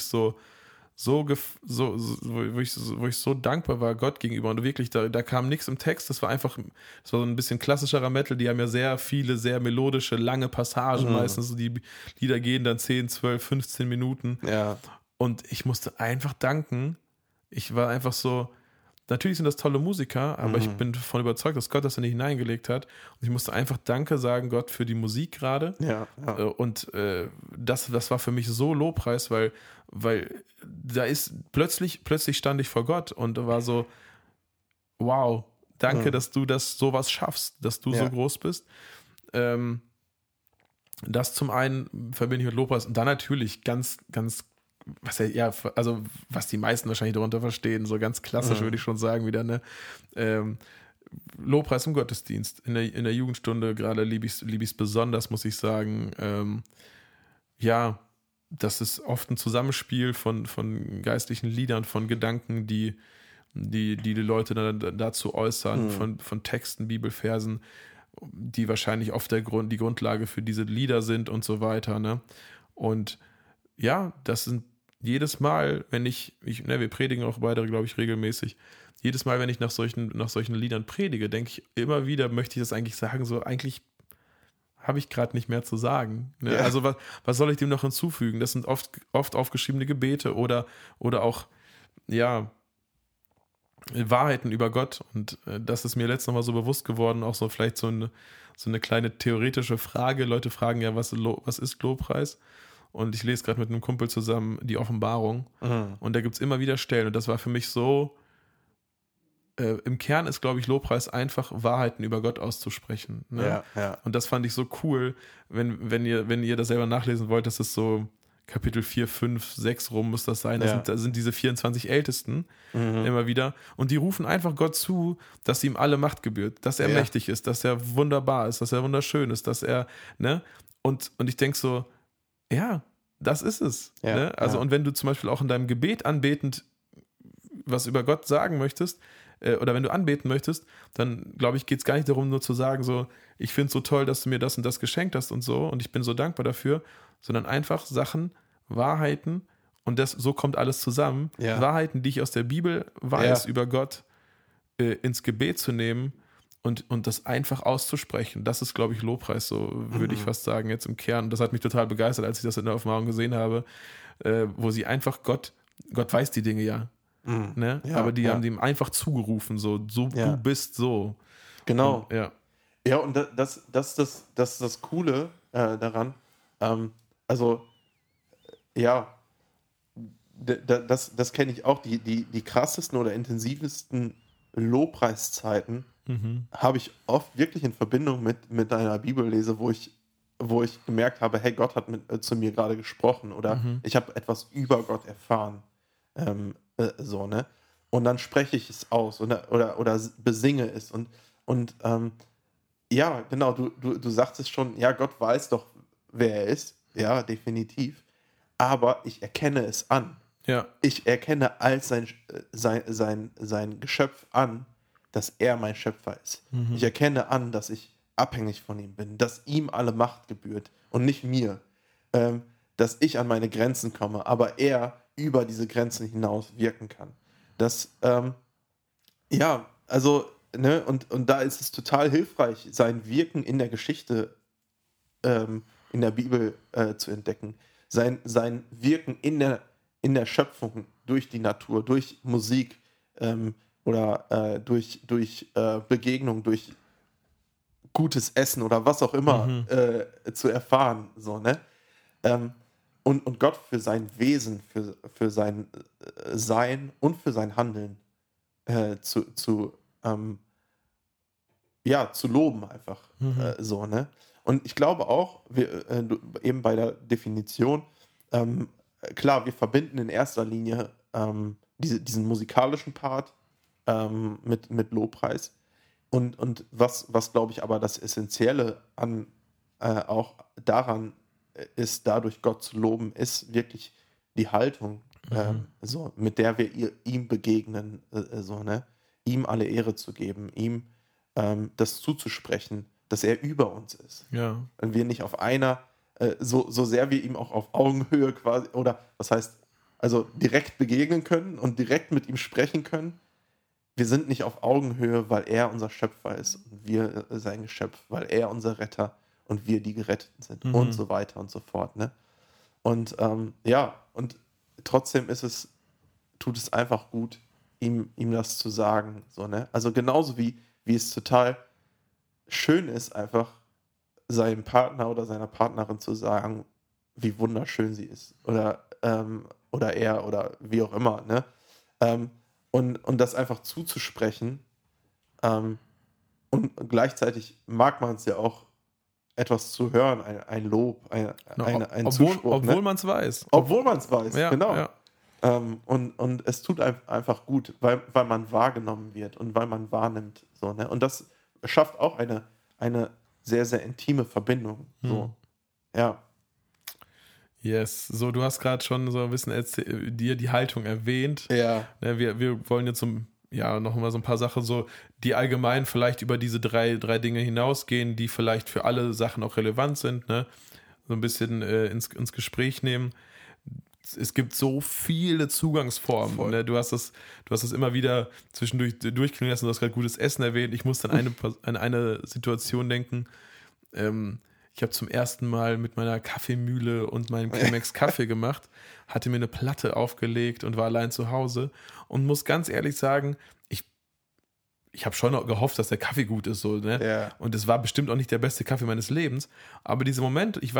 wo ich so dankbar war Gott gegenüber und wirklich, da kam nichts im Text, das war so ein bisschen klassischerer Metal, die haben ja sehr viele, sehr melodische, lange Passagen meistens, die Lieder gehen dann 10, 12, 15 Minuten und ich musste einfach danken, ich war einfach so, natürlich sind das tolle Musiker, aber ich bin davon überzeugt, dass Gott das in die hineingelegt hat. Und ich musste einfach Danke sagen, Gott, für die Musik gerade. Und das war für mich so Lobpreis, weil da ist plötzlich stand ich vor Gott und war so, wow, danke, dass du sowas schaffst, dass du so groß bist. Das zum einen verbinde ich mit Lobpreis und dann natürlich ganz, ganz was die meisten wahrscheinlich darunter verstehen, so ganz klassisch würde ich schon sagen wieder, ne? Lobpreis im Gottesdienst. In der Jugendstunde gerade liebe ich es besonders, muss ich sagen. das ist oft ein Zusammenspiel von geistlichen Liedern, von Gedanken, die Leute dann dazu äußern, von Texten, Bibelversen, die wahrscheinlich oft die Grundlage für diese Lieder sind und so weiter. Ne? Und ja, das sind jedes Mal, wenn wir predigen auch beide, glaube ich, regelmäßig, jedes Mal, wenn ich nach solchen Liedern predige, denke ich immer wieder, möchte ich das eigentlich sagen, so eigentlich habe ich gerade nicht mehr zu sagen. Ne? Ja. Also was soll ich dem noch hinzufügen? Das sind oft aufgeschriebene Gebete oder auch, ja, Wahrheiten über Gott. Und das ist mir letztes Mal so bewusst geworden, auch so vielleicht so eine kleine theoretische Frage. Leute fragen ja, was ist Lobpreis? Und ich lese gerade mit einem Kumpel zusammen die Offenbarung. Und da gibt es immer wieder Stellen. Und das war für mich so, im Kern ist, glaube ich, Lobpreis einfach Wahrheiten über Gott auszusprechen. Ne? Ja, ja. Und das fand ich so cool, wenn ihr das selber nachlesen wollt, das ist so Kapitel 4, 5, 6 rum muss das sein. Da sind diese 24 Ältesten immer wieder. Und die rufen einfach Gott zu, dass ihm alle Macht gebührt, dass er mächtig ist, dass er wunderbar ist, dass er wunderschön ist, dass er, ne? Und ich denke so, ja, das ist es. Ja, ne? Also, und wenn du zum Beispiel auch in deinem Gebet anbetend was über Gott sagen möchtest, oder wenn du anbeten möchtest, dann, glaube ich, geht es gar nicht darum, nur zu sagen, so, ich finde es so toll, dass du mir das und das geschenkt hast und so und ich bin so dankbar dafür, sondern einfach Sachen, Wahrheiten und so kommt alles zusammen. Ja. Wahrheiten, die ich aus der Bibel weiß über Gott, ins Gebet zu nehmen und das einfach auszusprechen. Das ist, glaube ich, Lobpreis, so würde ich fast sagen, jetzt im Kern. Und das hat mich total begeistert, als ich das in der Offenbarung gesehen habe, wo sie einfach Gott weiß die Dinge ja. Ne? Ja, aber die haben ihm einfach zugerufen, so du bist so. Genau. Und, ja, und das ist das Coole daran. Also, ja, das kenne ich auch. Die krassesten oder intensivsten Lobpreiszeiten habe ich oft wirklich in Verbindung mit einer Bibellese, wo ich gemerkt habe, hey, Gott hat zu mir gerade gesprochen oder ich habe etwas über Gott erfahren. So, ne? Und dann spreche ich es aus oder besinge es. Und ja, genau, du sagst es schon, ja, Gott weiß doch, wer er ist. Ja, definitiv. Aber ich erkenne es an. Ja. Ich erkenne als sein Geschöpf an, dass er mein Schöpfer ist. Ich erkenne an, dass ich abhängig von ihm bin, dass ihm alle Macht gebührt und nicht mir. Dass ich an meine Grenzen komme, aber er über diese Grenzen hinaus wirken kann. Das, ja, also, ne, und da ist es total hilfreich, sein Wirken in der Geschichte, in der Bibel zu entdecken. Sein Wirken in der Schöpfung, durch die Natur, durch Musik oder durch Begegnung, durch gutes Essen oder was auch immer zu erfahren. So, ne? Und Gott für sein Wesen, für sein Sein und für sein Handeln zu loben einfach. So, ne? Und ich glaube auch, eben bei der Definition, klar, wir verbinden in erster Linie diesen musikalischen Part mit Lobpreis. Und was glaube ich aber das Essentielle auch daran ist, dadurch Gott zu loben, ist wirklich die Haltung, so, mit der wir ihm begegnen, so, ne? Ihm alle Ehre zu geben, ihm das zuzusprechen, dass er über uns ist. Ja. Und wir nicht auf einer, so sehr wir ihm auch auf Augenhöhe quasi, oder was heißt, also direkt begegnen können und direkt mit ihm sprechen können. Wir sind nicht auf Augenhöhe, weil er unser Schöpfer ist und wir sein Geschöpf, weil er unser Retter und wir die Geretteten sind und so weiter und so fort. Ne? Und und trotzdem tut es einfach gut, ihm das zu sagen. So, ne? Also genauso wie es total schön ist, einfach seinem Partner oder seiner Partnerin zu sagen, wie wunderschön sie ist. Oder er oder wie auch immer. Ne? Und das einfach zuzusprechen. Und gleichzeitig mag man es ja auch, etwas zu hören, ein Lob, ein Zuspruch. Obwohl man es weiß. Obwohl man es weiß, ja, genau. Ja. Und es tut einfach gut, weil man wahrgenommen wird und weil man wahrnimmt. So, ne? Und das schafft auch eine sehr, sehr intime Verbindung. So. Ja. Yes, so du hast gerade schon so ein bisschen dir die Haltung erwähnt. Ja. Wir wollen jetzt noch mal so ein paar Sachen so, die allgemein vielleicht über diese drei Dinge hinausgehen, die vielleicht für alle Sachen auch relevant sind, ne? So ein bisschen ins Gespräch nehmen. Es gibt so viele Zugangsformen. Ne? Du hast das immer wieder zwischendurch durchklingen lassen. Du hast gerade gutes Essen erwähnt. Ich muss an eine Situation denken. Ich habe zum ersten Mal mit meiner Kaffeemühle und meinem Chemex Kaffee gemacht, hatte mir eine Platte aufgelegt und war allein zu Hause und muss ganz ehrlich sagen, ich habe schon gehofft, dass der Kaffee gut ist. So, ne? Ja. Und es war bestimmt auch nicht der beste Kaffee meines Lebens. Aber dieser Moment, ich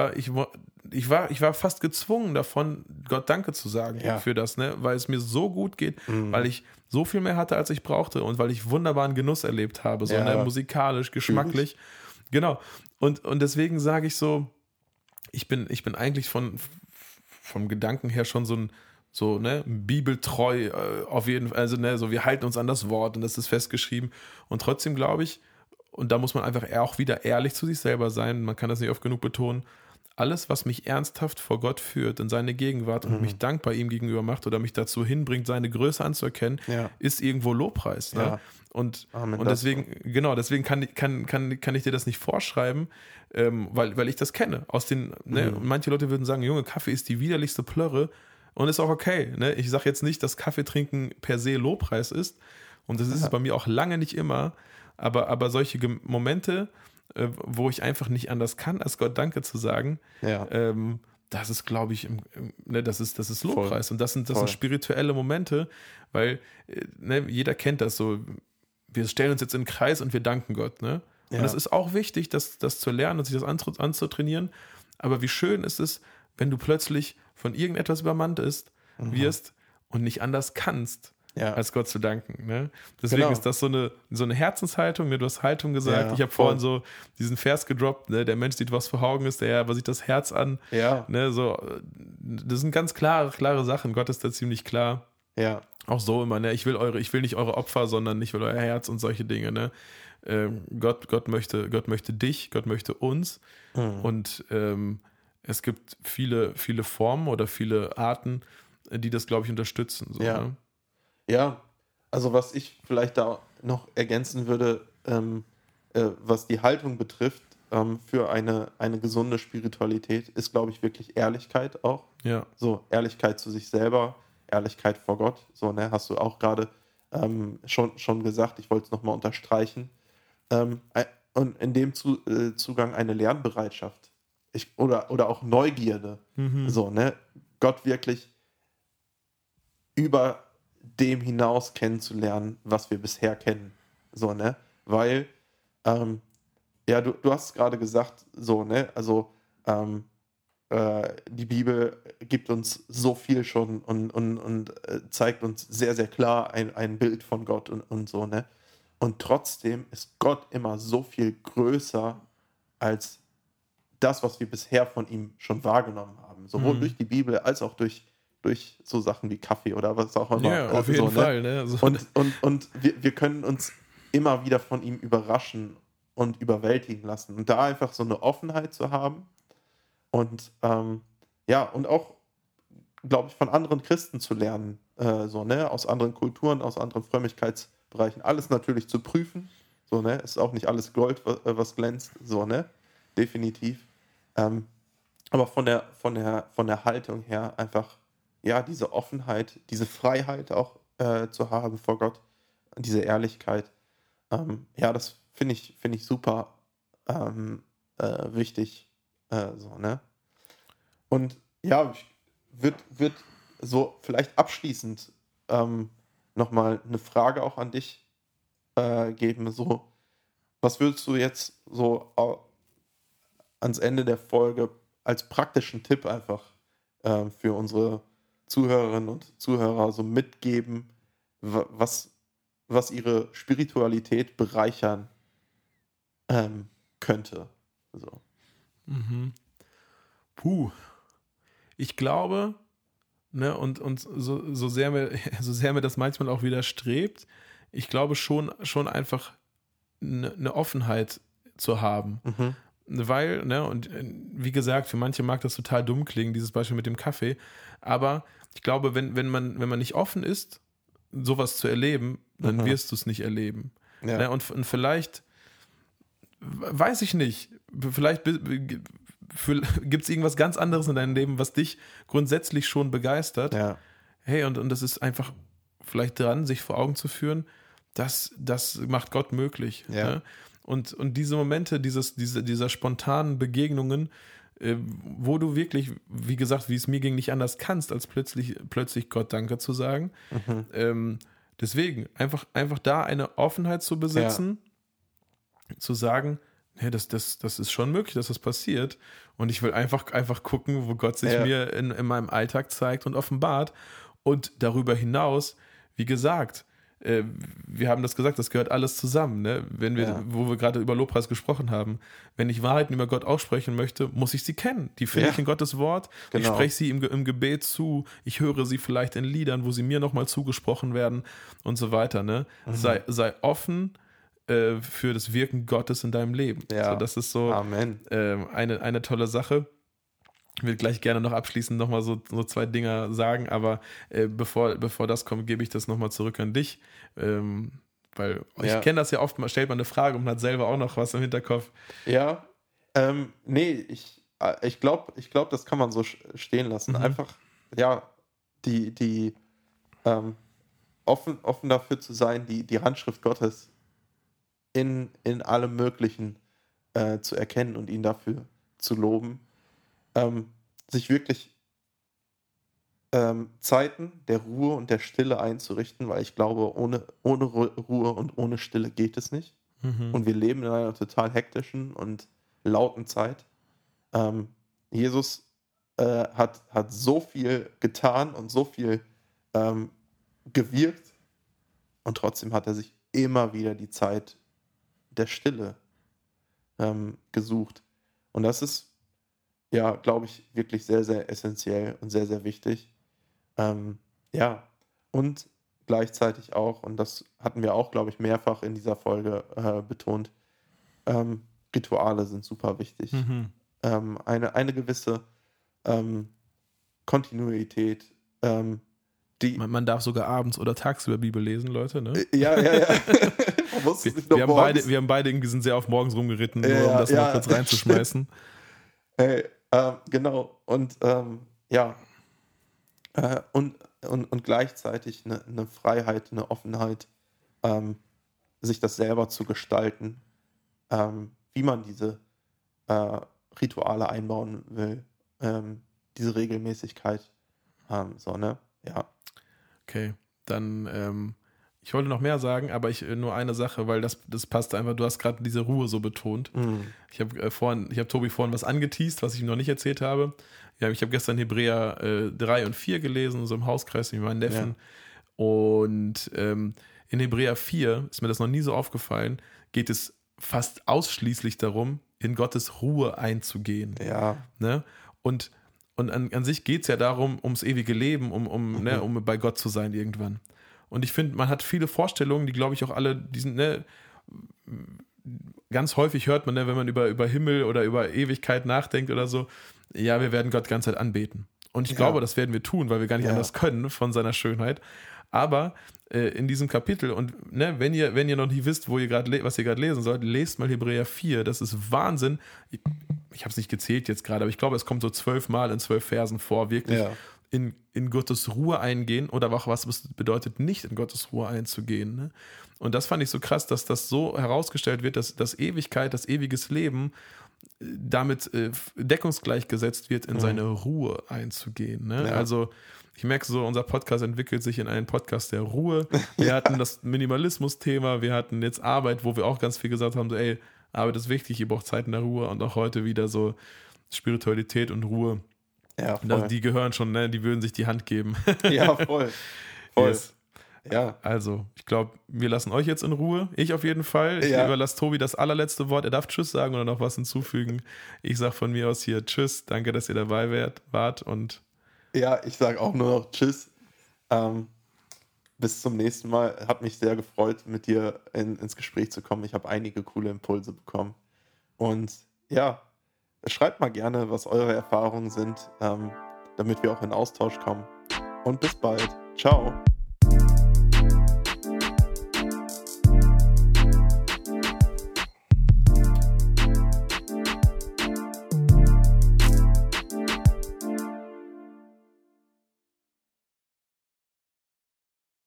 war fast gezwungen davon, Gott Danke zu sagen für das, ne? Weil es mir so gut geht, weil ich so viel mehr hatte, als ich brauchte und weil ich wunderbaren Genuss erlebt habe, so ne? Musikalisch, geschmacklich. Genau. Und deswegen sage ich so, ich bin eigentlich vom Gedanken her schon so bibeltreu auf jeden Fall, also ne, so wir halten uns an das Wort und das ist festgeschrieben und trotzdem glaube ich, und da muss man einfach auch wieder ehrlich zu sich selber sein, man kann das nicht oft genug betonen, alles, was mich ernsthaft vor Gott führt in seine Gegenwart und mich dankbar ihm gegenüber macht oder mich dazu hinbringt, seine Größe anzuerkennen, ist irgendwo Lobpreis. Ne? Ja. Und deswegen, deswegen kann ich dir das nicht vorschreiben, weil ich das kenne. Manche Leute würden sagen, Junge, Kaffee ist die widerlichste Plörre. Und ist auch okay. Ne? Ich sage jetzt nicht, dass Kaffeetrinken per se Lobpreis ist. Und das ist es bei mir auch lange nicht immer. Aber solche Momente, wo ich einfach nicht anders kann, als Gott Danke zu sagen, das ist, glaube ich, das ist Lobpreis. Und das sind spirituelle Momente, weil jeder kennt das so. Wir stellen uns jetzt in den Kreis und wir danken Gott. Ne? Und es ist auch wichtig, das zu lernen und sich das anzutrainieren. Aber wie schön ist es, wenn du plötzlich von irgendetwas übermannt wirst und nicht anders kannst, als Gott zu danken. Ne? Deswegen ist das so eine Herzenshaltung. Ne? Du hast Haltung gesagt. Ich habe vorhin so diesen Vers gedroppt. Ne? Der Mensch sieht, was vor Augen ist, der aber sieht das Herz an. Ja. Ne? So, das sind ganz klare Sachen. Gott ist da ziemlich klar. Ja. Auch so immer. Ne? Ich will nicht eure Opfer, sondern ich will euer Herz und solche Dinge. Ne? Gott möchte dich, Gott möchte uns. Und es gibt viele, viele Formen oder viele Arten, die das, glaube ich, unterstützen. So, ne? Ja, also was ich vielleicht da noch ergänzen würde, was die Haltung betrifft, für eine gesunde Spiritualität, ist, glaube ich, wirklich Ehrlichkeit auch. Ja. So, Ehrlichkeit zu sich selber, Ehrlichkeit vor Gott. So, ne, hast du auch gerade schon gesagt, ich wollte es nochmal unterstreichen. Und in dem Zugang eine Lernbereitschaft. Oder auch Neugierde, so, ne, Gott wirklich über dem hinaus kennenzulernen, was wir bisher kennen, so, ne, weil, du hast es gerade gesagt, so, ne, also, die Bibel gibt uns so viel schon und zeigt uns sehr, sehr klar ein Bild von Gott und so, ne, und trotzdem ist Gott immer so viel größer als das, was wir bisher von ihm schon wahrgenommen haben. Sowohl durch die Bibel als auch durch so Sachen wie Kaffee oder was auch immer. Ja, auf jeden Fall. Ne? So. Und wir können uns immer wieder von ihm überraschen und überwältigen lassen. Und da einfach so eine Offenheit zu haben und und auch, glaube ich, von anderen Christen zu lernen, aus anderen Kulturen, aus anderen Frömmigkeitsbereichen. Alles natürlich zu prüfen. So, ne? Ist auch nicht alles Gold, was glänzt. So, ne? Definitiv. Aber von der Haltung her einfach, diese Offenheit, diese Freiheit auch zu haben vor Gott, diese Ehrlichkeit, das finde ich super wichtig, so, ne? Und ja, ich würde so vielleicht abschließend nochmal eine Frage auch an dich geben, so, was würdest du jetzt so ans Ende der Folge als praktischen Tipp einfach für unsere Zuhörerinnen und Zuhörer so mitgeben, was ihre Spiritualität bereichern könnte? So. Ich glaube, ne, und so sehr mir das manchmal auch widerstrebt, ich glaube schon einfach eine Offenheit zu haben. weil, ne, und wie gesagt, für manche mag das total dumm klingen, dieses Beispiel mit dem Kaffee, aber ich glaube, wenn man nicht offen ist, sowas zu erleben, dann wirst du es nicht erleben. Ja. Ne, und vielleicht, weiß ich nicht, vielleicht gibt es irgendwas ganz anderes in deinem Leben, was dich grundsätzlich schon begeistert. Ja. Hey, und das ist einfach vielleicht dran, sich vor Augen zu führen, das macht Gott möglich. Ja. Ne? Und diese Momente, dieser spontanen Begegnungen, wo du wirklich, wie gesagt, wie es mir ging, nicht anders kannst, als plötzlich Gott Danke zu sagen. Deswegen, einfach da eine Offenheit zu besitzen, zu sagen, hey, das ist schon möglich, dass das passiert. Und ich will einfach gucken, wo Gott sich mir in meinem Alltag zeigt und offenbart. Und darüber hinaus, wie gesagt, wir haben das gesagt, das gehört alles zusammen, ne? Wo wir gerade über Lobpreis gesprochen haben. Wenn ich Wahrheiten über Gott aussprechen möchte, muss ich sie kennen. Die finde ich in Gottes Wort. Genau. Ich spreche sie im Gebet zu. Ich höre sie vielleicht in Liedern, wo sie mir nochmal zugesprochen werden und so weiter. Ne? Sei offen für das Wirken Gottes in deinem Leben. Ja. So, das ist so eine tolle Sache. Ich will gleich gerne noch abschließend nochmal so 2 Dinger sagen, aber bevor das kommt, gebe ich das nochmal zurück an dich, weil ich kenne das ja oft, man stellt mal eine Frage und man hat selber auch noch was im Hinterkopf. Ja, ich glaube, das kann man so stehen lassen. Einfach, offen dafür zu sein, die Handschrift Gottes in allem Möglichen zu erkennen und ihn dafür zu loben. Sich wirklich Zeiten der Ruhe und der Stille einzurichten, weil ich glaube, ohne Ruhe und ohne Stille geht es nicht. Und wir leben in einer total hektischen und lauten Zeit. Jesus hat so viel getan und so viel gewirkt und trotzdem hat er sich immer wieder die Zeit der Stille gesucht. Und das ist glaube ich, wirklich sehr, sehr essentiell und sehr, sehr wichtig. Und gleichzeitig auch, und das hatten wir auch, glaube ich, mehrfach in dieser Folge betont, Rituale sind super wichtig. Eine gewisse Kontinuität. Man darf sogar abends oder tagsüber Bibel lesen, Leute, ne? Ja. Man muss es nicht nur morgens. Wir haben beide irgendwie sind sehr auf morgens rumgeritten, nur um das mal kurz reinzuschmeißen. Hey, genau. Und und gleichzeitig eine Freiheit, eine Offenheit, sich das selber zu gestalten, wie man diese Rituale einbauen will, diese Regelmäßigkeit. Ja. Okay, dann ich wollte noch mehr sagen, aber nur eine Sache, weil das passt einfach, du hast gerade diese Ruhe so betont. Ich habe Tobi vorhin was angeteast, was ich ihm noch nicht erzählt habe. Ja, ich habe gestern Hebräer 3 und 4 gelesen, so im Hauskreis mit meinen Neffen. Ja. Und in Hebräer 4 ist mir das noch nie so aufgefallen, geht es fast ausschließlich darum, in Gottes Ruhe einzugehen. Ja. Ne? Und an sich geht es ja darum, ums ewige Leben, um bei Gott zu sein irgendwann. Und ich finde, man hat viele Vorstellungen, die, glaube ich, auch alle, die sind, ganz häufig hört man, wenn man über Himmel oder über Ewigkeit nachdenkt oder so, ja, wir werden Gott die ganze Zeit anbeten. Und ich glaube, das werden wir tun, weil wir gar nicht anders können von seiner Schönheit. Aber in diesem Kapitel, und wenn ihr noch nicht wisst, was ihr gerade lesen sollt, lest mal Hebräer 4, das ist Wahnsinn. Ich habe es nicht gezählt jetzt gerade, aber ich glaube, es kommt so 12 Mal in 12 Versen vor, wirklich in Gottes Ruhe eingehen oder auch was es bedeutet, nicht in Gottes Ruhe einzugehen. Ne? Und das fand ich so krass, dass das so herausgestellt wird, dass Ewigkeit, das ewiges Leben damit deckungsgleich gesetzt wird, in seine Ruhe einzugehen. Ne? Ja. Also ich merke so, unser Podcast entwickelt sich in einen Podcast der Ruhe. Wir hatten das Minimalismus-Thema, wir hatten jetzt Arbeit, wo wir auch ganz viel gesagt haben, so ey, Arbeit ist wichtig, ihr braucht Zeiten der Ruhe und auch heute wieder so Spiritualität und Ruhe. Ja, voll. Die gehören schon, ne? Die würden sich die Hand geben. Ja, voll. Yes. Ja. Also, ich glaube, wir lassen euch jetzt in Ruhe. Ich auf jeden Fall. Ich überlasse Tobi das allerletzte Wort. Er darf Tschüss sagen oder noch was hinzufügen. Ich sage von mir aus hier Tschüss. Danke, dass ihr dabei wart. Und ja, ich sage auch nur noch Tschüss. Bis zum nächsten Mal. Hat mich sehr gefreut, mit dir ins Gespräch zu kommen. Ich habe einige coole Impulse bekommen. Und ja, schreibt mal gerne, was eure Erfahrungen sind, damit wir auch in Austausch kommen. Und bis bald. Ciao.